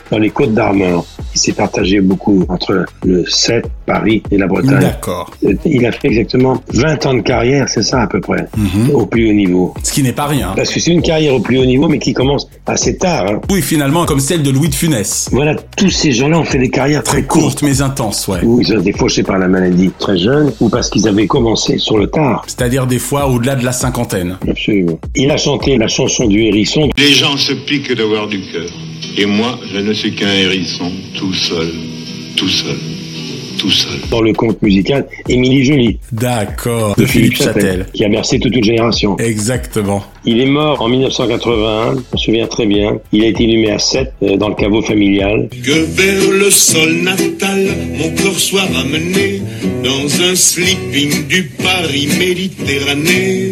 Speaker 2: dans les Côtes d'Armor. Il s'est partagé beaucoup entre le Sept, Paris et la Bretagne.
Speaker 10: D'accord.
Speaker 2: Il a fait exactement vingt ans de carrière, c'est ça à peu près,
Speaker 10: mm-hmm.
Speaker 2: au plus haut niveau.
Speaker 10: Ce qui n'est pas rien.
Speaker 2: Parce que c'est une carrière au plus haut niveau, mais qui commence assez tard. Hein.
Speaker 10: Oui, finalement, comme celle de Louis de Funès.
Speaker 2: Voilà, tous ces gens-là ont fait des carrières très,
Speaker 10: très courtes, mais intenses, ouais.
Speaker 2: Ou ils ont été fauchés par la maladie très jeunes, ou parce qu'ils avaient commencé sur le tard.
Speaker 10: C'est-à-dire des fois au-delà de la cinquantaine.
Speaker 2: Absolument. Il a chanté la chanson du hérisson.
Speaker 26: Les gens se piquent d'avoir du cœur. Et moi, je ne suis qu'un hérisson, tout seul, tout seul, tout seul.
Speaker 2: Dans le conte musical, Émilie Joly.
Speaker 10: D'accord. De, de Philippe, Philippe Châtel. Châtel.
Speaker 2: Qui a bercé toute une génération.
Speaker 10: Exactement.
Speaker 2: Il est mort en dix-neuf cent quatre-vingt-un, je me souviens très bien. Il a été inhumé à Sète, dans le caveau familial.
Speaker 26: Que vers le sol natal, mon corps soit ramené dans un sleeping du Paris Méditerranée.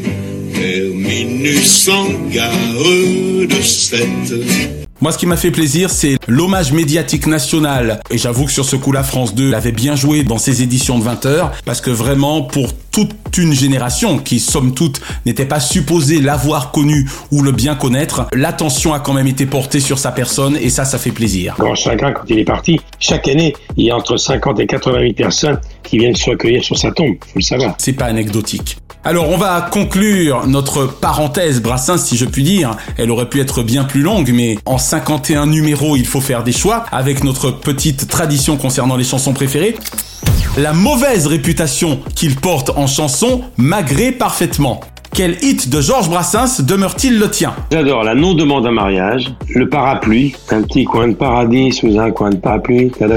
Speaker 26: Terminus en gare de Sète.
Speaker 10: Moi, ce qui m'a fait plaisir, c'est l'hommage médiatique national. Et j'avoue que sur ce coup, la France deux l'avait bien joué dans ses éditions de vingt heures. Parce que vraiment, pour toute une génération qui, somme toute, n'était pas supposée l'avoir connu ou le bien connaître, l'attention a quand même été portée sur sa personne. Et ça, ça fait plaisir.
Speaker 2: Grand chagrin, quand il est parti, chaque année, il y a entre cinquante et quatre-vingt mille personnes qui viennent se recueillir sur sa tombe. Faut le savoir.
Speaker 10: C'est pas anecdotique. Alors, on va conclure notre parenthèse Brassens, si je puis dire. Elle aurait pu être bien plus longue, mais en cinquante et un numéros, il faut faire des choix, avec notre petite tradition concernant les chansons préférées. La mauvaise réputation qu'il porte en chanson m'agrée parfaitement. Quel hit de Georges Brassens demeure-t-il le tien?
Speaker 2: J'adore la non-demande en mariage, le parapluie, un petit coin de paradis sous un coin de parapluie.
Speaker 26: Un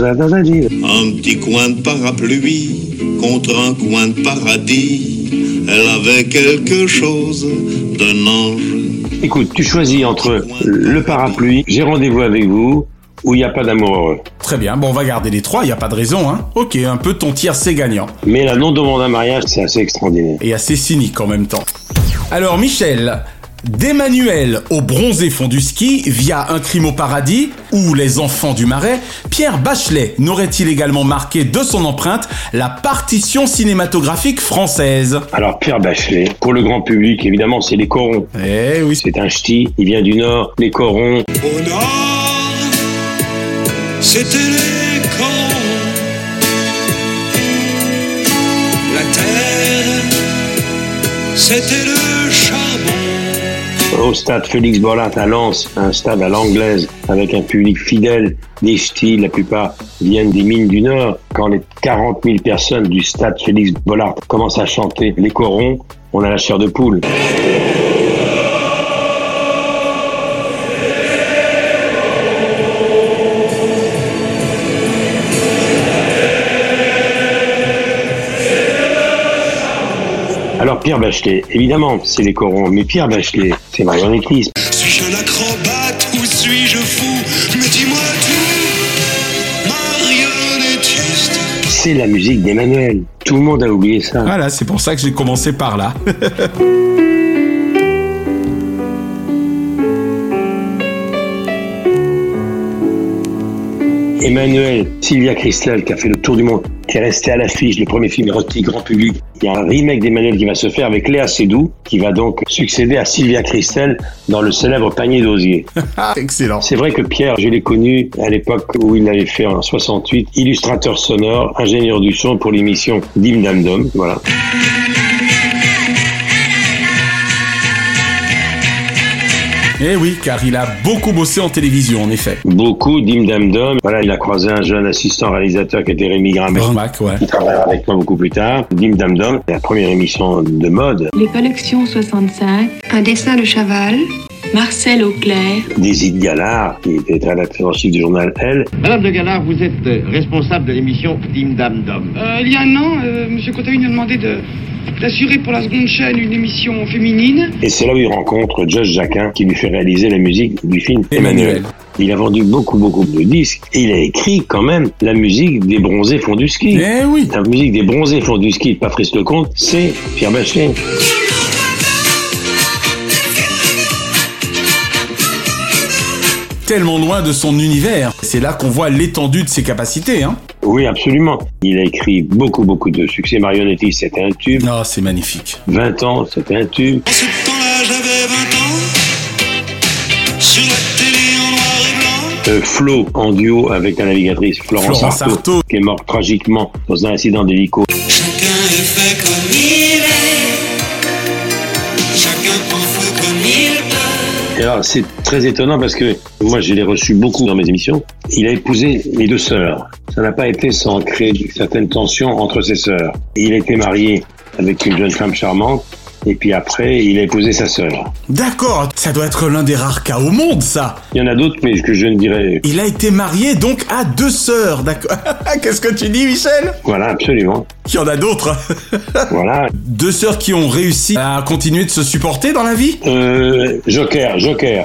Speaker 26: petit coin de parapluie contre un coin de paradis. Elle avait quelque chose d'un ange.
Speaker 2: Écoute, tu choisis entre le parapluie, j'ai rendez-vous avec vous, ou il n'y a pas d'amour heureux.
Speaker 10: Très bien, bon on va garder les trois, il n'y a pas de raison, hein. Ok, un peu ton tiers c'est gagnant.
Speaker 2: Mais la non-demande en mariage, c'est assez extraordinaire.
Speaker 10: Et assez cynique en même temps. Alors Michel, d'Emmanuel au bronzé fond du ski via Un crime au paradis ou Les enfants du marais, Pierre Bachelet n'aurait-il également marqué de son empreinte la partition cinématographique française?
Speaker 2: Alors Pierre Bachelet, pour le grand public, évidemment, c'est les Corons.
Speaker 10: Eh oui.
Speaker 2: C'est un ch'ti, il vient du Nord, les Corons.
Speaker 8: Au Nord, c'était les Corons. La terre, c'était le charbon.
Speaker 2: Au stade Félix Bollard à Lens, un stade à l'anglaise, avec un public fidèle, des ch'tis, la plupart viennent des mines du Nord. Quand les quarante mille personnes du stade Félix Bollard commencent à chanter les Corons, on a la chair de poule. Alors Pierre Bachelet, évidemment, c'est les Corons, mais Pierre Bachelet, c'est marionnettisme.
Speaker 8: Suis-je un acrobate ou suis-je fou? Mais dis-moi tout, marionnettiste.
Speaker 2: C'est la musique d'Emmanuel. Tout le monde a oublié ça.
Speaker 10: Voilà, c'est pour ça que j'ai commencé par là.
Speaker 2: Emmanuel, Sylvia Kristel, qui a fait le tour du monde, qui est resté à l'affiche, le premier film érotique grand public. Il y a un remake d'Emmanuel qui va se faire avec Léa Seydoux, qui va donc succéder à Sylvia Kristel dans le célèbre Panier d'osier.
Speaker 10: Excellent.
Speaker 2: C'est vrai que Pierre, je l'ai connu à l'époque où il l'avait fait en soixante-huit, illustrateur sonore, ingénieur du son pour l'émission Dim Dam Dom, voilà.
Speaker 10: Eh oui, car il a beaucoup bossé en télévision, en effet.
Speaker 2: Beaucoup, Dim Dam Dom. Voilà, il a croisé un jeune assistant réalisateur qui était Rémi Grimbert.
Speaker 10: Grimbach, ouais.
Speaker 2: Qui travaillera avec moi beaucoup plus tard. Dim Dam Dom, la première émission de mode.
Speaker 4: Les collections soixante-cinq. Un dessin de Chaval. Marcel Auclair.
Speaker 2: Désigne Gallard, qui était rédactrice en chef du journal Elle.
Speaker 9: Madame de Gallard, vous êtes responsable de l'émission Dim Dam Dom.
Speaker 11: Euh, il y a un an, euh, M. Cotahu nous a demandé de... d'assurer pour la seconde chaîne une émission féminine.
Speaker 2: Et c'est là où il rencontre Josh Jacquin qui lui fait réaliser la musique du film Emmanuel. Emmanuel. Il a vendu beaucoup, beaucoup de disques et il a écrit quand même la musique des Bronzés font du ski.
Speaker 10: Eh oui.
Speaker 2: La musique des Bronzés font du ski de Patrice Lecomte, c'est Pierre Bachelet.
Speaker 10: Tellement loin de son univers. C'est là qu'on voit l'étendue de ses capacités, hein.
Speaker 2: Oui, absolument. Il a écrit beaucoup, beaucoup de succès. Marionnettiste, c'était un tube.
Speaker 10: Non, c'est magnifique.
Speaker 2: vingt ans, c'était un tube.
Speaker 8: En ce temps-là, j'avais vingt ans. Sur la télé en noir et blanc.
Speaker 2: euh, Flo en duo avec la navigatrice Florence,
Speaker 10: Florence
Speaker 2: Artaud,
Speaker 10: Artaud,
Speaker 2: qui est morte tragiquement dans un accident d'hélico.
Speaker 15: Chacun est fait comme il est. Chacun prend feu comme il peut.
Speaker 2: Et alors, c'est très étonnant parce que moi, je l'ai reçu beaucoup dans mes émissions. Il a épousé mes deux sœurs. Ça n'a pas été sans créer certaines tensions entre ses sœurs. Il a été marié avec une jeune femme charmante. Et puis après, il a épousé sa sœur.
Speaker 10: D'accord, ça doit être l'un des rares cas au monde, ça.
Speaker 2: Il y en a d'autres, mais que je ne dirais...
Speaker 10: Il a été marié donc à deux sœurs, d'accord. Qu'est-ce que tu dis, Michel?
Speaker 2: Voilà, absolument.
Speaker 10: Il y en a d'autres.
Speaker 2: Voilà.
Speaker 10: Deux sœurs qui ont réussi à continuer de se supporter dans la vie?
Speaker 2: Euh, Joker, Joker.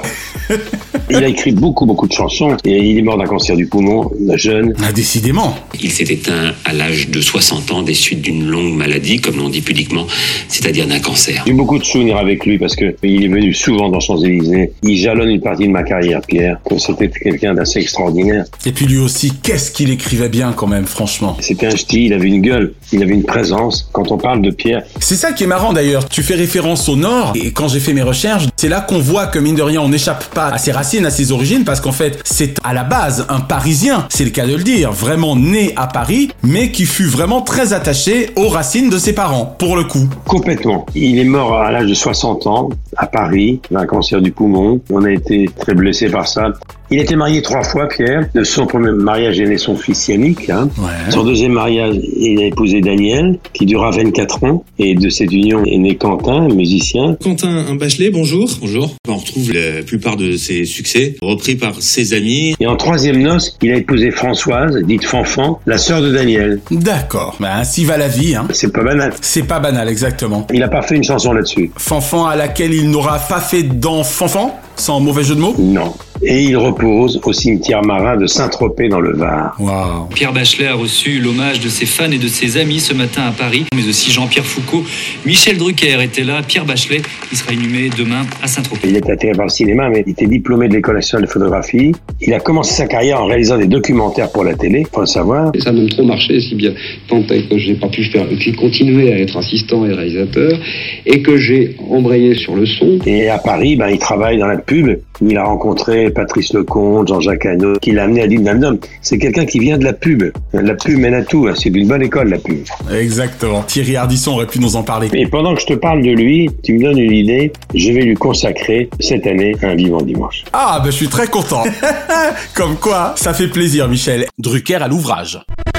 Speaker 2: Il a écrit beaucoup, beaucoup de chansons et il est mort d'un cancer du poumon, jeune.
Speaker 10: Ah, décidément.
Speaker 25: Il s'est éteint à l'âge de soixante ans des suites d'une longue maladie, comme l'on dit pudiquement, c'est-à-dire d'un cancer.
Speaker 2: J'ai beaucoup de souvenirs avec lui parce que il est venu souvent dans Champs-Élysées. Il jalonne une partie de ma carrière, Pierre. C'était quelqu'un d'assez extraordinaire.
Speaker 10: Et puis lui aussi, qu'est-ce qu'il écrivait bien quand même, franchement.
Speaker 2: C'était un style, il avait une gueule, il avait une présence. Quand on parle de Pierre...
Speaker 10: C'est ça qui est marrant d'ailleurs. Tu fais référence au Nord et quand j'ai fait mes recherches, c'est là qu'on voit que mine de rien, on n'échappe pas à ses racines, à ses origines, parce qu'en fait, c'est à la base un Parisien, c'est le cas de le dire, vraiment né à Paris, mais qui fut vraiment très attaché aux racines de ses parents, pour le coup.
Speaker 2: Complètement. Il est mort à l'âge de soixante ans, à Paris, d'un cancer du poumon. On a été très blessés par ça. Il était marié trois fois, Pierre. De son premier mariage est né son fils Yannick. Hein. Ouais. Son deuxième mariage, il a épousé Daniel, qui dura vingt-quatre ans. Et de cette union est né Quentin, musicien.
Speaker 5: Quentin Bachelet, bonjour. Bonjour. On retrouve la plupart de ses succès, repris par ses amis.
Speaker 2: Et en troisième noce, il a épousé Françoise, dite Fanfan, la sœur de Daniel.
Speaker 10: D'accord. Ben, ainsi va la vie, hein.
Speaker 2: C'est pas banal.
Speaker 10: C'est pas banal, exactement.
Speaker 2: Il a pas fait une chanson là-dessus.
Speaker 10: Fanfan à laquelle il n'aura pas fait dans Fanfan, sans mauvais jeu de mots?
Speaker 2: Non. Et il repose au cimetière marin de Saint-Tropez dans le Var.
Speaker 10: Wow.
Speaker 12: Pierre Bachelet a reçu l'hommage de ses fans et de ses amis ce matin à Paris, mais aussi Jean-Pierre Foucault. Michel Drucker était là, Pierre Bachelet, qui sera inhumé demain à Saint-Tropez.
Speaker 2: Il était attiré par le cinéma, mais il était diplômé de l'École nationale de photographie. Il a commencé sa carrière en réalisant des documentaires pour la télé, faut le savoir.
Speaker 13: Et ça a même trop marché, si bien tant que j'ai pas pu faire, puis continuer à être assistant et réalisateur, et que j'ai embrayé sur le son.
Speaker 2: Et à Paris, ben, il travaille dans la pub. Il a rencontré Patrice Lecomte, Jean-Jacques Hano, qui l'a amené à l'île d'Am-Dom. C'est quelqu'un qui vient de la pub. La pub mène à tout. C'est d'une bonne école, la pub.
Speaker 10: Exactement. Thierry Ardisson aurait pu nous en parler.
Speaker 2: Et pendant que je te parle de lui, tu me donnes une idée. Je vais lui consacrer cette année un Vivant Dimanche.
Speaker 10: Ah, ben je suis très content. Comme quoi, ça fait plaisir, Michel. Drucker à l'ouvrage.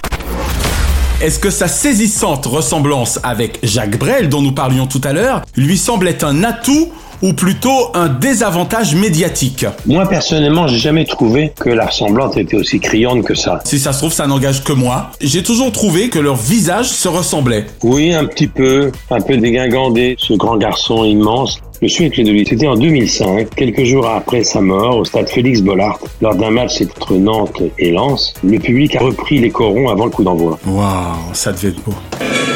Speaker 10: Est-ce que sa saisissante ressemblance avec Jacques Brel, dont nous parlions tout à l'heure, lui semblait un atout ou plutôt un désavantage médiatique?
Speaker 2: Moi, personnellement, j'ai jamais trouvé que la ressemblance était aussi criante que ça.
Speaker 10: Si ça se trouve, ça n'engage que moi. J'ai toujours trouvé que leurs visages se ressemblaient.
Speaker 2: Oui, un petit peu, un peu dégingandé, ce grand garçon immense. Je suis avec les de lui. C'était en deux mille cinq, quelques jours après sa mort, au stade Félix Bollaert, lors d'un match entre Nantes et Lens. Le public a repris les corons avant le coup d'envoi.
Speaker 10: Waouh, ça devait être beau.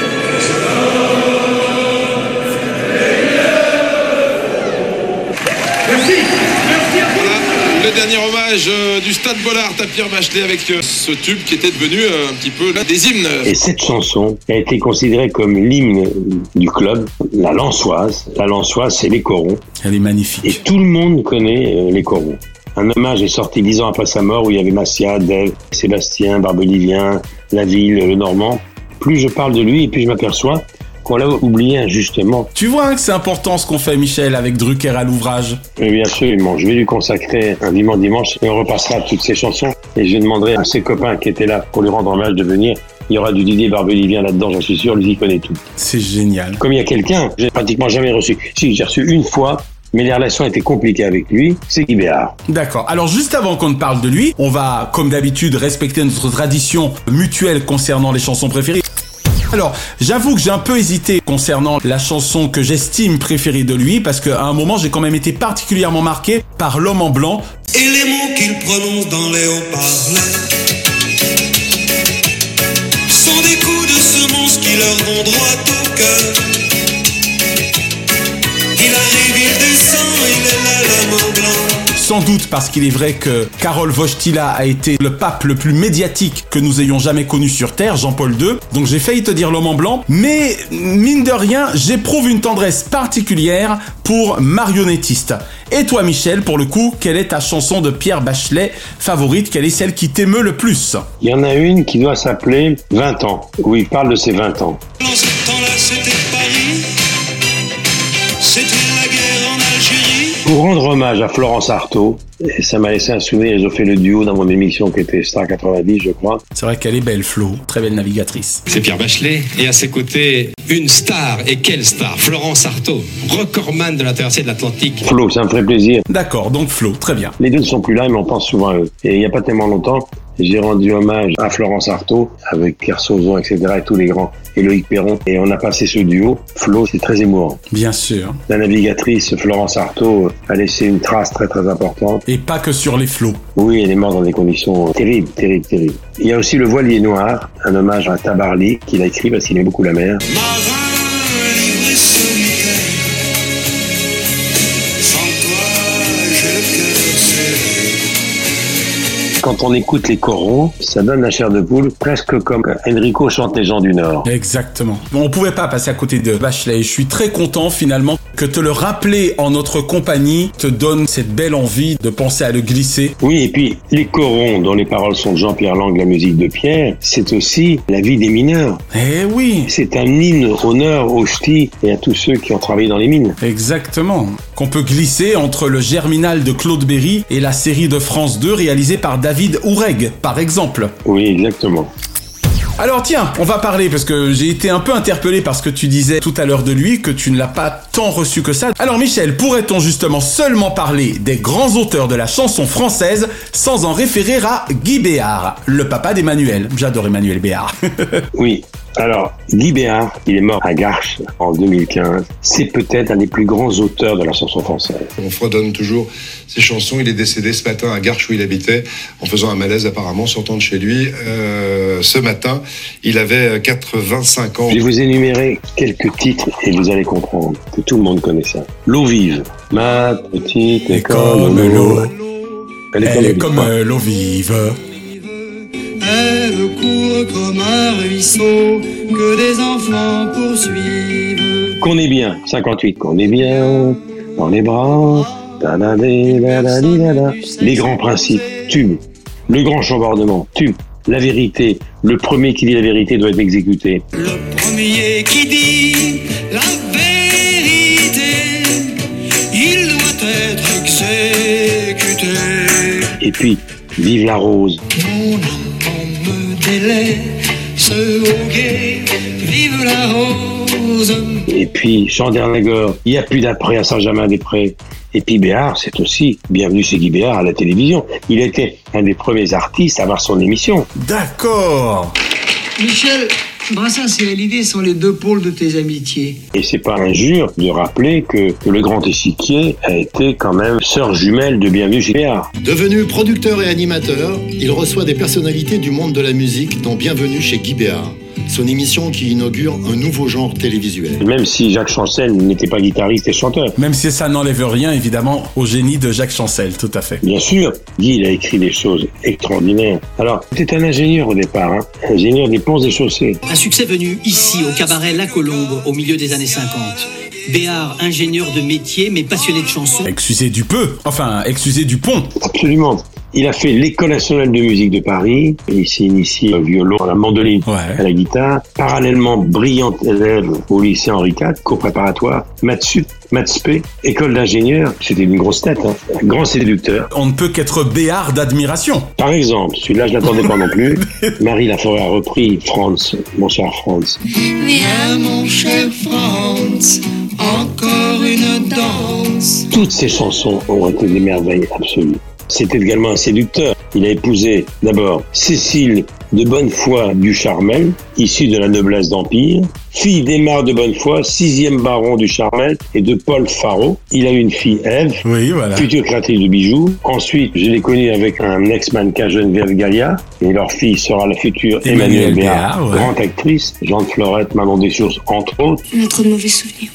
Speaker 14: Le dernier hommage euh, du Stade Bollaert à Pierre Bachelet avec euh, ce tube qui était devenu euh, un petit peu l'un des hymnes.
Speaker 2: Et cette chanson a été considérée comme l'hymne du club, la Lensoise. La Lensoise, c'est les corons.
Speaker 10: Elle est magnifique.
Speaker 2: Et tout le monde connaît euh, les corons. Un hommage est sorti dix ans après sa mort où il y avait Massia, Dave, Sébastien, Barbelivien, Laville, le Normand. Plus je parle de lui et plus je m'aperçois qu'on l'a oublié injustement.
Speaker 10: Tu vois que c'est important ce qu'on fait, Michel, avec Drucker à l'ouvrage.
Speaker 2: Oui, bien absolument. Je vais lui consacrer un Vivant Dimanche et on repassera toutes ses chansons. Et je demanderai à ses copains qui étaient là pour lui rendre hommage de venir. Il y aura du Didier Barbelivien là-dedans, j'en suis sûr, lui, il connaît tout.
Speaker 10: C'est génial.
Speaker 2: Comme il y a quelqu'un, j'ai pratiquement jamais reçu. Si, j'ai reçu une fois, mais les relations étaient compliquées avec lui, c'est Guy Béard.
Speaker 10: D'accord. Alors juste avant qu'on ne parle de lui, on va, comme d'habitude, respecter notre tradition mutuelle concernant les chansons préférées. Alors, j'avoue que j'ai un peu hésité concernant la chanson que j'estime préférée de lui, parce qu'à un moment, j'ai quand même été particulièrement marqué par L'Homme en Blanc.
Speaker 15: Et les mots qu'il prononce dans les haut-parleurs sont des coups de semonce qui leur vont droit au cœur. Il arrive, il descend, il est là, l'homme en blanc.
Speaker 10: sans doute parce qu'il est vrai que Karol Wojtyla a été le pape le plus médiatique que nous ayons jamais connu sur Terre, Jean-Paul deux. Donc j'ai failli te dire l'homme en blanc, mais mine de rien, j'éprouve une tendresse particulière pour Marionnettiste. Et toi, Michel, pour le coup, quelle est ta chanson de Pierre Bachelet favorite? Quelle est celle qui t'émeut le plus?
Speaker 2: Il y en a une qui doit s'appeler vingt ans, où il parle de ses vingt ans.
Speaker 8: Dans ce temps-là, c'était Paris, c'était la guerre en Algérie.
Speaker 2: Pour rendre hommage à Florence Artaud, et ça m'a laissé un souvenir, ils ont fait le duo dans mon émission qui était Star quatre-vingt-dix, je crois.
Speaker 10: C'est vrai qu'elle est belle, Flo, très belle navigatrice.
Speaker 25: C'est Pierre Bachelet, et à ses côtés, une star, et quelle star? Florence Artaud, recordman de la traversée de l'Atlantique.
Speaker 2: Flo, ça me ferait plaisir.
Speaker 10: D'accord, donc Flo, très bien.
Speaker 2: Les deux ne sont plus là, mais on pense souvent à eux. Et il n'y a pas tellement longtemps, j'ai rendu hommage à Florence Artaud, avec Pierre Sauzon, et cetera, et tous les grands, et Loïc Perron, et on a passé ce duo. Flo, c'est très émouvant.
Speaker 10: Bien sûr.
Speaker 2: La navigatrice Florence Artaud a laissé une trace très très importante.
Speaker 10: Et pas que sur les flots.
Speaker 2: Oui, elle est morte dans des conditions terribles, terribles, terribles. Il y a aussi Le Voilier Noir, un hommage à Tabarly, qu'il a écrit parce qu'il aime beaucoup la mer. Quand on écoute les corons, ça donne la chair de poule, presque comme Enrico chante les gens du Nord.
Speaker 10: Exactement. Bon, on pouvait pas passer à côté de Bachelet. Je suis très content finalement que te le rappeler en notre compagnie te donne cette belle envie de penser à le glisser.
Speaker 2: Oui, et puis les corons, dont les paroles sont de Jean-Pierre Lang, la musique de Pierre, c'est aussi la vie des mineurs.
Speaker 10: Eh oui.
Speaker 2: C'est un hymne honneur aux ch'tis et à tous ceux qui ont travaillé dans les mines.
Speaker 10: Exactement. Qu'on peut glisser entre le Germinal de Claude Berry et la série de France deux réalisée par David Oureg, par exemple.
Speaker 2: Oui, exactement.
Speaker 10: Alors tiens, on va parler, parce que j'ai été un peu interpellé par ce que tu disais tout à l'heure de lui, que tu ne l'as pas tant reçu que ça. Alors Michel, pourrait-on justement seulement parler des grands auteurs de la chanson française sans en référer à Guy Béard, le papa d'Emmanuel? J'adore Emmanuel Béard.
Speaker 2: Oui. Alors, Guy Béard, il est mort à Garches en deux mille quinze. C'est peut-être un des plus grands auteurs de la chanson française.
Speaker 16: On fredonne toujours ses chansons. Il est décédé ce matin à Garches où il habitait, en faisant un malaise apparemment, sortant de chez lui. Euh, ce matin, il avait quatre-vingt-cinq ans.
Speaker 2: Je vais vous énumérer quelques titres et vous allez comprendre que tout le monde connaît ça. L'eau vive. Ma petite est comme l'eau.
Speaker 10: Elle est, Elle est comme euh, l'eau vive.
Speaker 15: Elle court comme un ruisseau que des enfants poursuivent.
Speaker 2: Qu'on est bien, cinquante-huit, qu'on est bien dans les bras. Les grands principes, tube. Le grand chambardement, tube. La vérité, le premier qui dit la vérité doit être exécuté.
Speaker 15: Le premier qui dit la vérité, il doit être exécuté.
Speaker 2: Et puis, vive la rose.
Speaker 15: Mon enfant me délaisse au guet, vive la rose.
Speaker 2: Et puis, Chandernagor, il n'y a plus d'après à Saint-Germain-des-Prés. Et puis Béard, c'est aussi Bienvenue chez Guy Béard à la télévision. Il était un des premiers artistes à avoir son émission.
Speaker 10: D'accord.
Speaker 17: Michel, Brassens et Hallyday sont les deux pôles de tes amitiés.
Speaker 2: Et c'est pas injure de rappeler que, que le grand échiquier a été quand même sœur jumelle de Bienvenue chez Béard.
Speaker 23: Devenu producteur et animateur, il reçoit des personnalités du monde de la musique, dont Bienvenue chez Guy Béard. Son émission qui inaugure un nouveau genre télévisuel.
Speaker 2: Même si Jacques Chancel n'était pas guitariste et chanteur.
Speaker 10: Même si ça n'enlève rien, évidemment, au génie de Jacques Chancel, tout à fait.
Speaker 2: Bien sûr, Guy, il a écrit des choses extraordinaires. Alors, c'était un ingénieur au départ, hein, ingénieur des ponts et chaussées.
Speaker 18: Un succès venu ici, au cabaret La Colombe, au milieu des années cinquante. Béard, ingénieur de métier, mais passionné de chansons.
Speaker 10: Excusez du peu, enfin, excusez du pont.
Speaker 2: Absolument. Il a fait l'École nationale de musique de Paris. Il s'est initié au violon, à la mandoline, ouais. à la guitare. Parallèlement, brillante élève au lycée Henri quatre, cours préparatoire, maths sup, maths spé, école d'ingénieur. C'était une grosse tête, hein. Un grand séducteur.
Speaker 10: On ne peut qu'être Béard d'admiration.
Speaker 2: Par exemple, celui-là, je l'attendais pas non plus. Marie Laforêt a repris Franz, mon cher Franz.
Speaker 15: Viens, mon cher Franz, encore une danse.
Speaker 2: Toutes ces chansons ont été des merveilles absolues. C'était également un séducteur. Il a épousé d'abord Cécile de Bonnefoy du Charmel, issue de la noblesse d'Empire, fille d'Aymar de Bonnefoy, sixième baron du Charmel, et de Paul Faro. Il a eu une fille, Ève,
Speaker 10: oui, voilà.
Speaker 2: future créatrice de bijoux. Ensuite, je l'ai connue avec un ex-mannequin, Geneviève Gallia, et leur fille sera la future Emmanuelle Béard, ouais. grande actrice, Jean de Florette, Manon Dessources, entre autres.
Speaker 4: On a trop de mauvais souvenirs.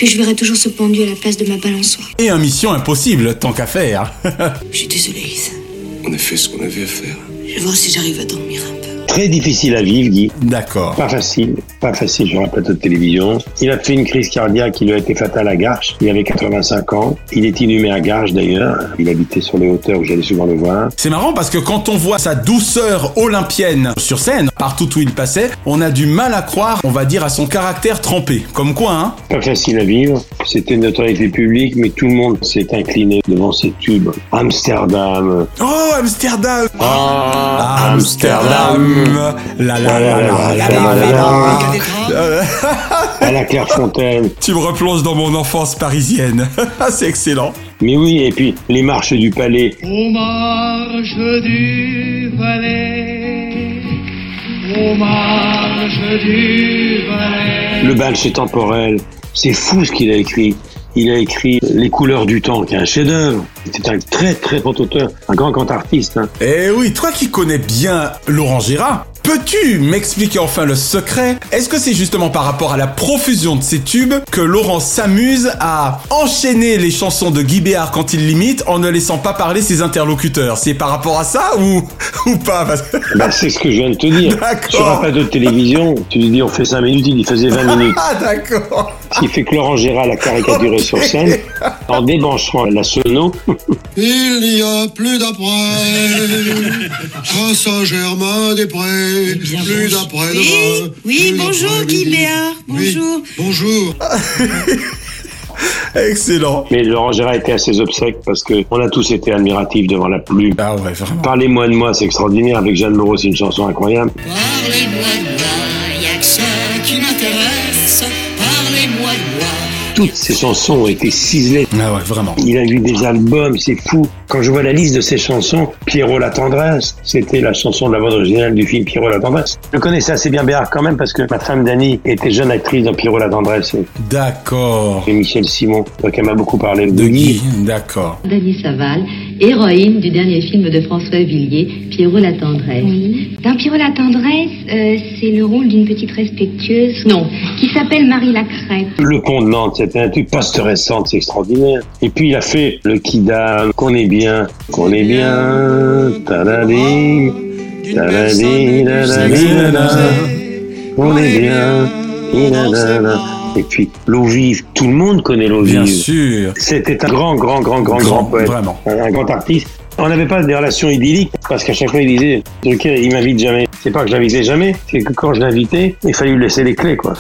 Speaker 4: Puis je verrai toujours ce pendu à la place de ma balançoire.
Speaker 10: Et un Mission Impossible, tant qu'à faire.
Speaker 4: Je suis désolée, Lisa.
Speaker 26: On a fait ce qu'on avait à faire.
Speaker 4: Je vais voir si j'arrive à dormir un peu.
Speaker 2: Très difficile à vivre, Guy.
Speaker 10: D'accord.
Speaker 2: Pas facile, pas facile sur un plateau de télévision. Il a fait une crise cardiaque qui lui a été fatale à Garches. Il avait quatre-vingt-cinq ans. Il est inhumé à Garches d'ailleurs. Il habitait sur les hauteurs où j'allais souvent le voir.
Speaker 10: C'est marrant parce que quand on voit sa douceur olympienne sur scène, partout où il passait, on a du mal à croire, on va dire, à son caractère trempé. Comme quoi, hein?
Speaker 2: Pas facile à vivre. C'était une notoriété publique, mais tout le monde s'est incliné devant ses tubes. Amsterdam.
Speaker 10: Oh, Amsterdam!
Speaker 2: Ah,
Speaker 10: Amsterdam! La la la la la la la la.
Speaker 2: À la Clairefontaine.
Speaker 10: Tu me replonges dans mon enfance parisienne. C'est excellent.
Speaker 2: Mais oui, et puis les marches du Palais.
Speaker 6: Aux marches du Palais, aux marches du Palais.
Speaker 2: Le Valse temporel. C'est fou ce qu'il a écrit. Il a écrit Les couleurs du temps, qui est un chef-d'œuvre. C'est un très très grand auteur, un grand grand artiste. Hein.
Speaker 10: Eh oui, toi qui connais bien Laurent Gérard, peux-tu m'expliquer enfin le secret? Est-ce que c'est justement par rapport à la profusion de ses tubes que Laurent s'amuse à enchaîner les chansons de Guy Béard quand il l'imite en ne laissant pas parler ses interlocuteurs? C'est par rapport à ça ou, ou pas?
Speaker 2: Bah, c'est ce que je viens de te dire.
Speaker 10: D'accord.
Speaker 2: Sur un plateau de télévision, tu lui dis on fait cinq minutes, il y faisait vingt minutes.
Speaker 10: Ah d'accord.
Speaker 2: Ce qui fait que Laurent Gérard l'a caricaturé sur scène en débranchant la sono.
Speaker 15: Il n'y a plus d'après à Saint-Germain-des-Prés, plus d'après-demain.
Speaker 4: Oui, oui, bonjour Guy Béard, bonjour.
Speaker 15: Oui, bonjour.
Speaker 10: Excellent.
Speaker 2: Mais Laurent Gérard était à ses obsèques parce que on a tous été admiratifs devant la plume.
Speaker 10: Ah ouais, vraiment.
Speaker 2: Parlez-moi de moi, c'est extraordinaire. Avec Jeanne Moreau, c'est une chanson incroyable.
Speaker 15: Parlez-moi de moi, y'a que ça qui m'intéresse. Parlez-moi de moi.
Speaker 2: Toutes ces chansons ont été ciselées.
Speaker 10: Ah ouais, vraiment.
Speaker 2: Il a eu des albums, c'est fou. Quand je vois la liste de ses chansons, Pierrot la tendresse, c'était la chanson de la bande originale du film Pierrot la tendresse. Je connaissais assez bien Béard quand même parce que ma femme Dany était jeune actrice dans Pierrot la tendresse.
Speaker 10: D'accord.
Speaker 2: Et Michel Simon, donc elle m'a beaucoup parlé de,
Speaker 10: de Guy.
Speaker 2: Guy.
Speaker 10: D'accord.
Speaker 1: Dany Saval, héroïne du dernier film de François Villiers, Pierrot la tendresse.
Speaker 4: Oui. Dans Pierrot la tendresse, euh, c'est le rôle d'une petite respectueuse. Non, qui s'appelle Marie la Crêpe.
Speaker 2: Le Pont de Nantes, c'était un truc post-récent, c'est extraordinaire. Et puis il a fait le Kidam, qu'on est bien, qu'on est bien, tadadi, tadadi, tadadi, on est bien, inadana. Et puis l'eau vive, tout le monde connaît l'eau vive.
Speaker 10: Bien sûr.
Speaker 2: C'était un grand, grand, grand, grand, grand poète,
Speaker 10: vraiment.
Speaker 2: Un, un grand artiste. On n'avait pas des relations idylliques parce qu'à chaque fois il disait Drucker il m'invite jamais. C'est pas que je l'invitais jamais, c'est que quand je l'invitais, il fallait lui laisser les clés quoi.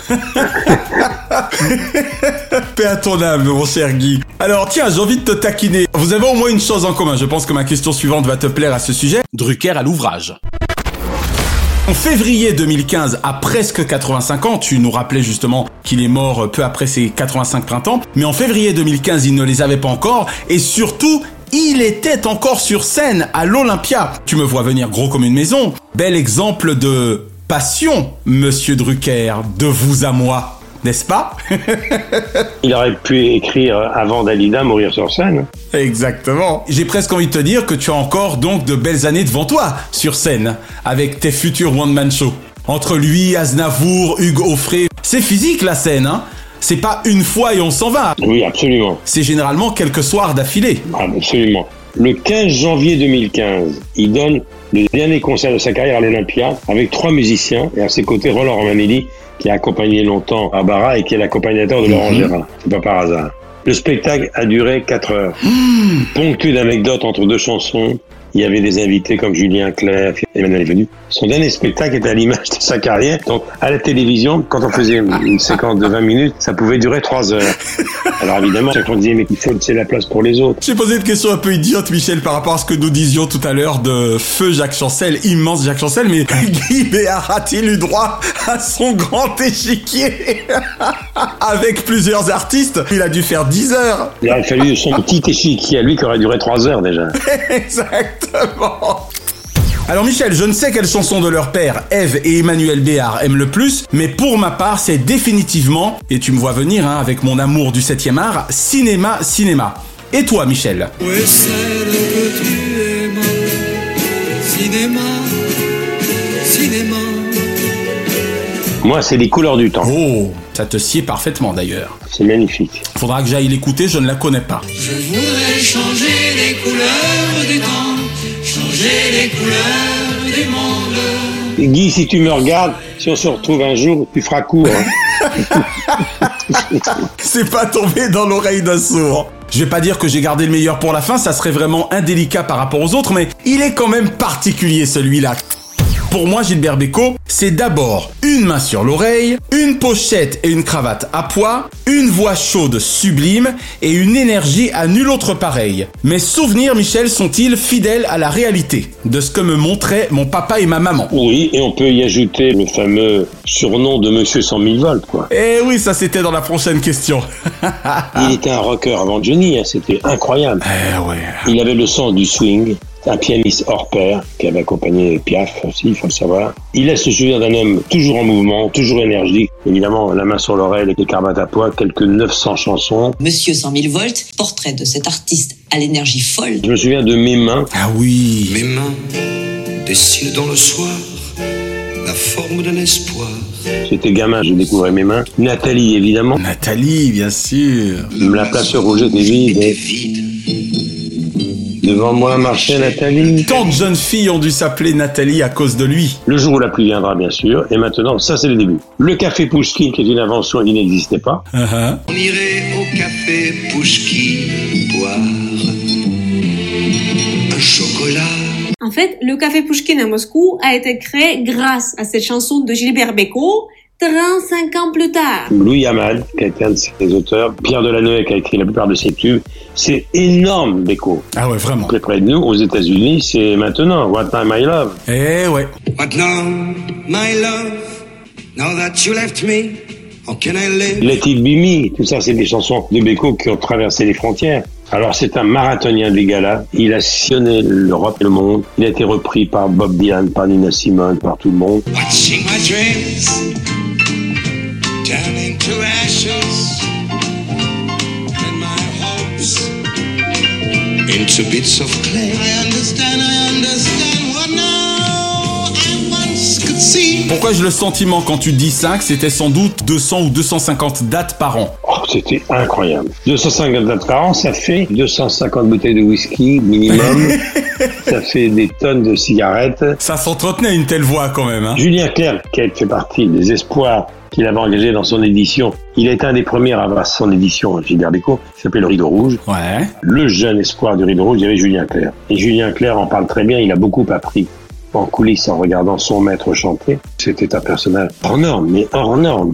Speaker 10: Paix à ton âme, mon cher Guy. Alors tiens, j'ai envie de te taquiner. Vous avez au moins une chose en commun. Je pense que ma question suivante va te plaire à ce sujet. Drucker à l'ouvrage. En février deux mille quinze, à presque quatre-vingt-cinq ans, tu nous rappelais justement qu'il est mort peu après ses quatre-vingt-cinq printemps, mais en février deux mille quinze, il ne les avait pas encore, et surtout, il était encore sur scène à l'Olympia. Tu me vois venir gros comme une maison. Bel exemple de passion, monsieur Drucker, de vous à moi, n'est-ce pas?
Speaker 2: Il aurait pu écrire avant Dalida mourir sur scène.
Speaker 10: Exactement. J'ai presque envie de te dire que tu as encore donc de belles années devant toi sur scène avec tes futurs one-man shows. Entre lui, Aznavour, Hugues Aufray, c'est physique la scène, hein. C'est pas une fois et on s'en va.
Speaker 2: Oui, absolument.
Speaker 10: C'est généralement quelques soirs d'affilée.
Speaker 2: Ah, absolument. Le quinze janvier deux mille quinze, il donne le dernier concert de sa carrière à l'Olympia avec trois musiciens et à ses côtés Roland Romanelli qui a accompagné longtemps Barbara et qui est l'accompagnateur de Laurent Gérard. C'est pas par hasard. Le spectacle a duré quatre heures. Mmh. Ponctué d'anecdotes entre deux chansons. Il y avait des invités comme Julien Clerc, Emmanuel est venu. Son dernier spectacle était à l'image de sa carrière. Donc, à la télévision, quand on faisait une séquence de vingt minutes, ça pouvait durer trois heures. Alors évidemment, chacun disait, mais il faut laisser la place pour les autres.
Speaker 10: J'ai posé une question un peu idiote, Michel, par rapport à ce que nous disions tout à l'heure de feu Jacques Chancel, immense Jacques Chancel, mais Guy Béard a-t-il eu droit à son grand échiquier avec plusieurs artistes? Il a dû faire dix heures.
Speaker 2: Il aurait fallu son petit échiquier à lui qui aurait duré trois heures déjà.
Speaker 10: Exactement. Alors Michel, je ne sais quelle chanson de leur père, Ève et Emmanuel Béard, aiment le plus, mais pour ma part, c'est définitivement, et tu me vois venir hein, avec mon amour du septième art, Cinéma, Cinéma. Et toi, Michel?
Speaker 15: Où est celle que tu aimes? Cinéma, cinéma.
Speaker 2: Moi, c'est les couleurs du temps.
Speaker 10: Oh, ça te sied parfaitement d'ailleurs.
Speaker 2: C'est magnifique.
Speaker 10: Faudra que j'aille l'écouter, je ne la connais pas.
Speaker 15: Je voudrais changer les couleurs du temps, changer les couleurs du monde.
Speaker 2: Guy, si tu me regardes, si on se retrouve un jour, tu feras court. Hein.
Speaker 10: C'est pas tombé dans l'oreille d'un sourd. Je vais pas dire que j'ai gardé le meilleur pour la fin, ça serait vraiment indélicat par rapport aux autres, mais il est quand même particulier celui-là. Pour moi, Gilbert Bécaud, c'est d'abord une main sur l'oreille, une pochette et une cravate à pois, une voix chaude sublime et une énergie à nul autre pareil. Mes souvenirs, Michel, sont-ils fidèles à la réalité de ce que me montraient mon papa et ma maman?
Speaker 2: Oui, et on peut y ajouter le fameux surnom de Monsieur cent mille volts, quoi.
Speaker 10: Eh oui, ça c'était dans la prochaine question.
Speaker 2: Il était un rocker avant Johnny, hein, c'était incroyable.
Speaker 10: Eh ouais.
Speaker 2: Il avait le sens du swing. Un pianiste hors pair qui avait accompagné Piaf aussi, il faut le savoir. Il laisse se souvenir d'un homme toujours en mouvement, toujours énergique. Évidemment, la main sur l'oreille avec les cravates à pois, quelques neuf cents chansons.
Speaker 3: Monsieur cent mille volts, portrait de cet artiste à l'énergie folle.
Speaker 2: Je me souviens de Mes mains.
Speaker 10: Ah oui.
Speaker 15: Mes mains dessinent dans le soir la forme d'un espoir.
Speaker 2: J'étais gamin, je découvrais Mes mains. Nathalie, évidemment.
Speaker 10: Nathalie, bien sûr.
Speaker 2: La place Rouge était vide. Était vide. Devant moi marchait Nathalie.
Speaker 10: Tant de jeunes filles ont dû s'appeler Nathalie à cause de lui.
Speaker 2: Le jour où la pluie viendra, bien sûr. Et maintenant, ça c'est le début. Le café Pouchkine, qui est une invention, il n'existait pas.
Speaker 10: Uh-huh.
Speaker 15: On irait au café Pouchkine boire un chocolat.
Speaker 19: En fait, le café Pouchkine à Moscou a été créé grâce à cette chanson de Gilbert Bécaud, trente-cinq ans plus tard.
Speaker 2: Louis Hamad, qui a été un de ses auteurs, Pierre Delanoë, qui a écrit la plupart de ses tubes. C'est énorme, Bécaud.
Speaker 10: Ah ouais, vraiment.
Speaker 2: Plus près de nous, aux États-Unis, c'est maintenant. What Time I Love.
Speaker 10: Eh ouais.
Speaker 15: What now, my love, now that you left me, how can I live?
Speaker 2: Let It Be Me, tout ça, c'est des chansons de Bécaud qui ont traversé les frontières. Alors, c'est un marathonien des galas. Il a sillonné l'Europe et le monde. Il a été repris par Bob Dylan, par Nina Simone, par tout le monde.
Speaker 15: Watching my dreams turning to ashes and my hopes into bits of clay. I understand, I understand what now I once could see.
Speaker 10: Pourquoi j'ai le sentiment quand tu dis cinq, c'était sans doute deux cents ou deux cent cinquante dates par an.
Speaker 2: Oh, c'était incroyable. deux cent cinquante dates par an, ça fait deux cent cinquante bouteilles de whisky minimum. Ça fait des tonnes de cigarettes.
Speaker 10: Ça s'entretenait à une telle voix quand même. Hein.
Speaker 2: Julien Clerc, qui a fait partie des espoirs qu'il avait engagé dans son édition. Il est un des premiers à avoir son édition, Gilbert Bécaud, qui s'appelle Le Rideau Rouge.
Speaker 10: Ouais.
Speaker 2: Le jeune espoir du Rideau Rouge, il y avait Julien Clerc. Et Julien Clerc en parle très bien, il a beaucoup appris en coulisses en regardant son maître chanter. C'était un personnage hors norme, mais hors norme.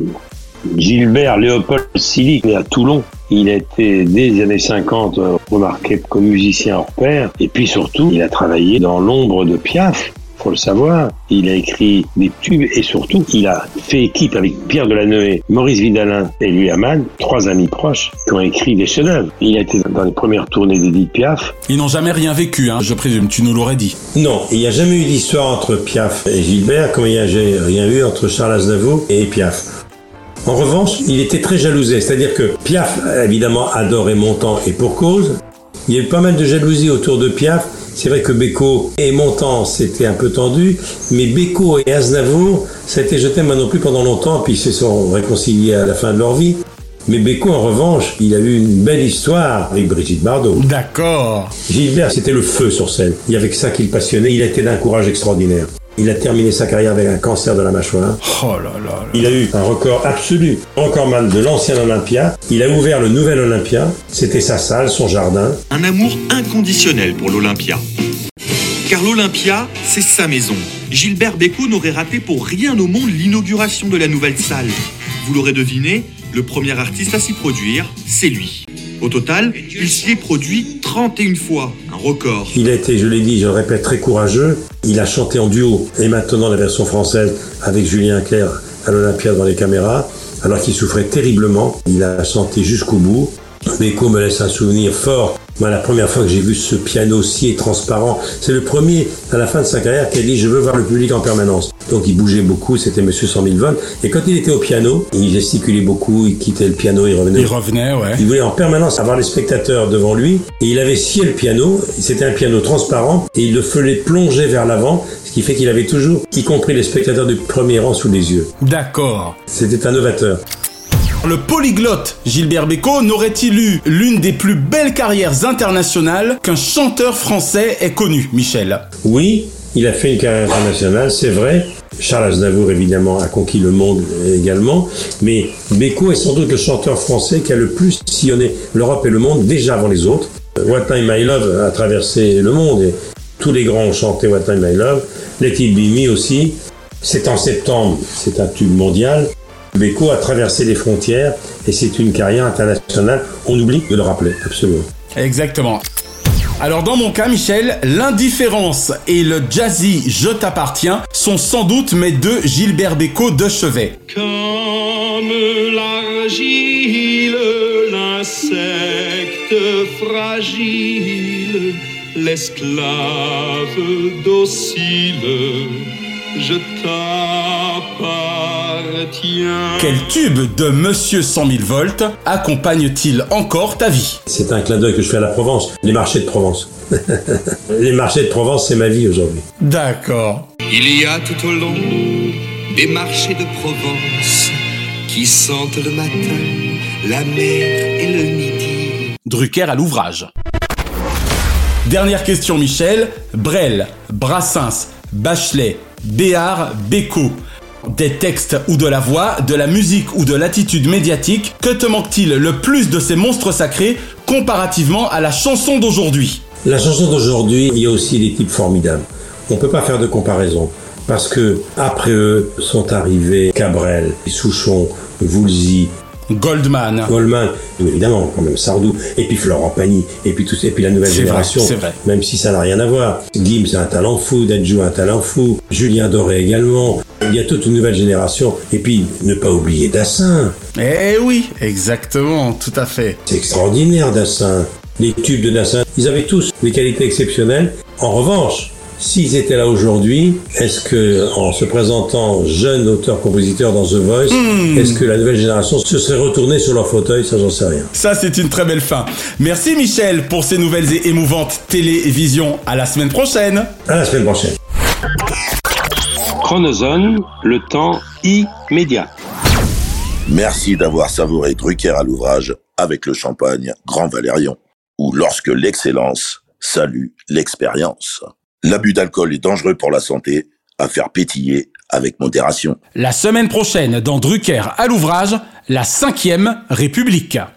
Speaker 2: Gilbert Léopold Silly, né à Toulon. Il a été, dès les années cinquante, remarqué comme musicien hors pair. Et puis surtout, il a travaillé dans l'ombre de Piaf. Faut le savoir, il a écrit des tubes et surtout, il a fait équipe avec Pierre Delanoë, Maurice Vidalin et Louis Hamad, trois amis proches qui ont écrit des chefs-d'œuvre. Il a été dans les premières tournées d'Edith Piaf.
Speaker 10: Ils n'ont jamais rien vécu, hein, je présume, tu nous l'aurais dit.
Speaker 2: Non, il n'y a jamais eu d'histoire entre Piaf et Gilbert, comme il n'y a rien eu entre Charles Aznavour et Piaf. En revanche, il était très jalousé, c'est-à-dire que Piaf, évidemment, adorait Montand et pour cause. Il y a eu pas mal de jalousie autour de Piaf. C'est vrai que Bécaud et Montand, c'était un peu tendu, mais Bécaud et Aznavour, ça a été je t'aime moi non plus pendant longtemps, puis ils se sont réconciliés à la fin de leur vie. Mais Bécaud, en revanche, il a eu une belle histoire avec Brigitte Bardot.
Speaker 10: D'accord.
Speaker 2: Gilbert, c'était le feu sur scène. Il y avait que ça qui le passionnait. Il était d'un courage extraordinaire. Il a terminé sa carrière avec un cancer de la mâchoire.
Speaker 10: Oh là là là.
Speaker 2: Il a eu un record absolu. Recordman de l'ancien Olympia. Il a ouvert le nouvel Olympia. C'était sa salle, son jardin.
Speaker 20: Un amour inconditionnel pour l'Olympia. Car l'Olympia, c'est sa maison. Gilbert Bécaud n'aurait raté pour rien au monde l'inauguration de la nouvelle salle. Vous l'aurez deviné, le premier artiste à s'y produire, c'est lui. Au total, il s'y est produit trente et une fois, un record.
Speaker 2: Il a été, je l'ai dit, je le répète, très courageux. Il a chanté en duo, et maintenant la version française, avec Julien Clerc à l'Olympia devant les caméras, alors qu'il souffrait terriblement. Il a chanté jusqu'au bout. Bécaud me laisse un souvenir fort. Moi, la première fois que j'ai vu ce piano scié transparent, c'est le premier à la fin de sa carrière qui a dit « je veux voir le public en permanence ». Donc il bougeait beaucoup, c'était Monsieur cent mille volts. Et quand il était au piano, il gesticulait beaucoup, il quittait le piano, il revenait.
Speaker 10: Il revenait, ouais.
Speaker 2: Il voulait en permanence avoir les spectateurs devant lui. Et il avait scié le piano, c'était un piano transparent, et il le faisait plonger vers l'avant, ce qui fait qu'il avait toujours, y compris les spectateurs du premier rang, sous les yeux.
Speaker 10: D'accord.
Speaker 2: C'était un novateur.
Speaker 10: Le polyglotte Gilbert Bécaud n'aurait-il eu l'une des plus belles carrières internationales qu'un chanteur français ait connue, Michel?
Speaker 2: Oui, il a fait une carrière internationale, c'est vrai. Charles Aznavour, évidemment, a conquis le monde également. Mais Bécaud est sans doute le chanteur français qui a le plus sillonné l'Europe et le monde, déjà avant les autres. What Time My Love a traversé le monde et tous les grands ont chanté What Time My Love. Let It Be Me aussi. C'est en septembre, c'est un tube mondial. Bécaud a traversé les frontières et c'est une carrière internationale. On oublie de le rappeler, absolument.
Speaker 10: Exactement. Alors dans mon cas, Michel, l'indifférence et le jazzy Je t'appartiens sont sans doute mes deux Gilbert Bécaud de chevet.
Speaker 8: Comme l'argile, l'insecte fragile, l'esclave docile, je t'appartiens.
Speaker 10: Quel tube de Monsieur cent mille volts accompagne-t-il encore ta vie?
Speaker 2: C'est un clin d'œil que je fais à la Provence, les marchés de Provence. Les marchés de Provence, c'est ma vie aujourd'hui.
Speaker 10: D'accord.
Speaker 15: Il y a tout au long des marchés de Provence qui sentent le matin la mer et le midi.
Speaker 10: Drucker à l'ouvrage. Dernière question, Michel. Brel, Brassens, Bachelet, Béard, Bécaud. Des textes ou de la voix, de la musique ou de l'attitude médiatique, que te manque-t-il le plus de ces monstres sacrés comparativement à la chanson d'aujourd'hui?
Speaker 2: La chanson d'aujourd'hui, il y a aussi des types formidables. On peut pas faire de comparaison parce que après eux sont arrivés Cabrel, Souchon, Woolsey,
Speaker 10: Goldman.
Speaker 2: Goldman, évidemment, quand même Sardou, et puis Florent Pagny, et puis tout ça, et puis la nouvelle
Speaker 10: c'est
Speaker 2: génération.
Speaker 10: Vrai, c'est vrai.
Speaker 2: Même si ça n'a rien à voir. Gims a un talent fou, Dadju a un talent fou, Julien Doré également. Il y a toute une nouvelle génération. Et puis, ne pas oublier Dassin.
Speaker 10: Eh oui, exactement, tout à fait.
Speaker 2: C'est extraordinaire, Dassin. Les tubes de Dassin, ils avaient tous des qualités exceptionnelles. En revanche, s'ils étaient là aujourd'hui, est-ce que, en se présentant jeunes auteurs-compositeurs dans The Voice, mmh. est-ce que la nouvelle génération se serait retournée sur leur fauteuil? Ça, j'en sais rien.
Speaker 10: Ça, c'est une très belle fin. Merci Michel pour ces nouvelles et émouvantes télévisions. À la semaine prochaine.
Speaker 2: À la semaine prochaine. Chronozone, le temps immédiat.
Speaker 7: Merci d'avoir savouré Drucker à l'ouvrage avec le champagne Grand Valérion, ou lorsque l'excellence salue l'expérience. L'abus d'alcool est dangereux pour la santé, à faire pétiller avec modération.
Speaker 10: La semaine prochaine, dans Drucker à l'ouvrage, la cinquième République.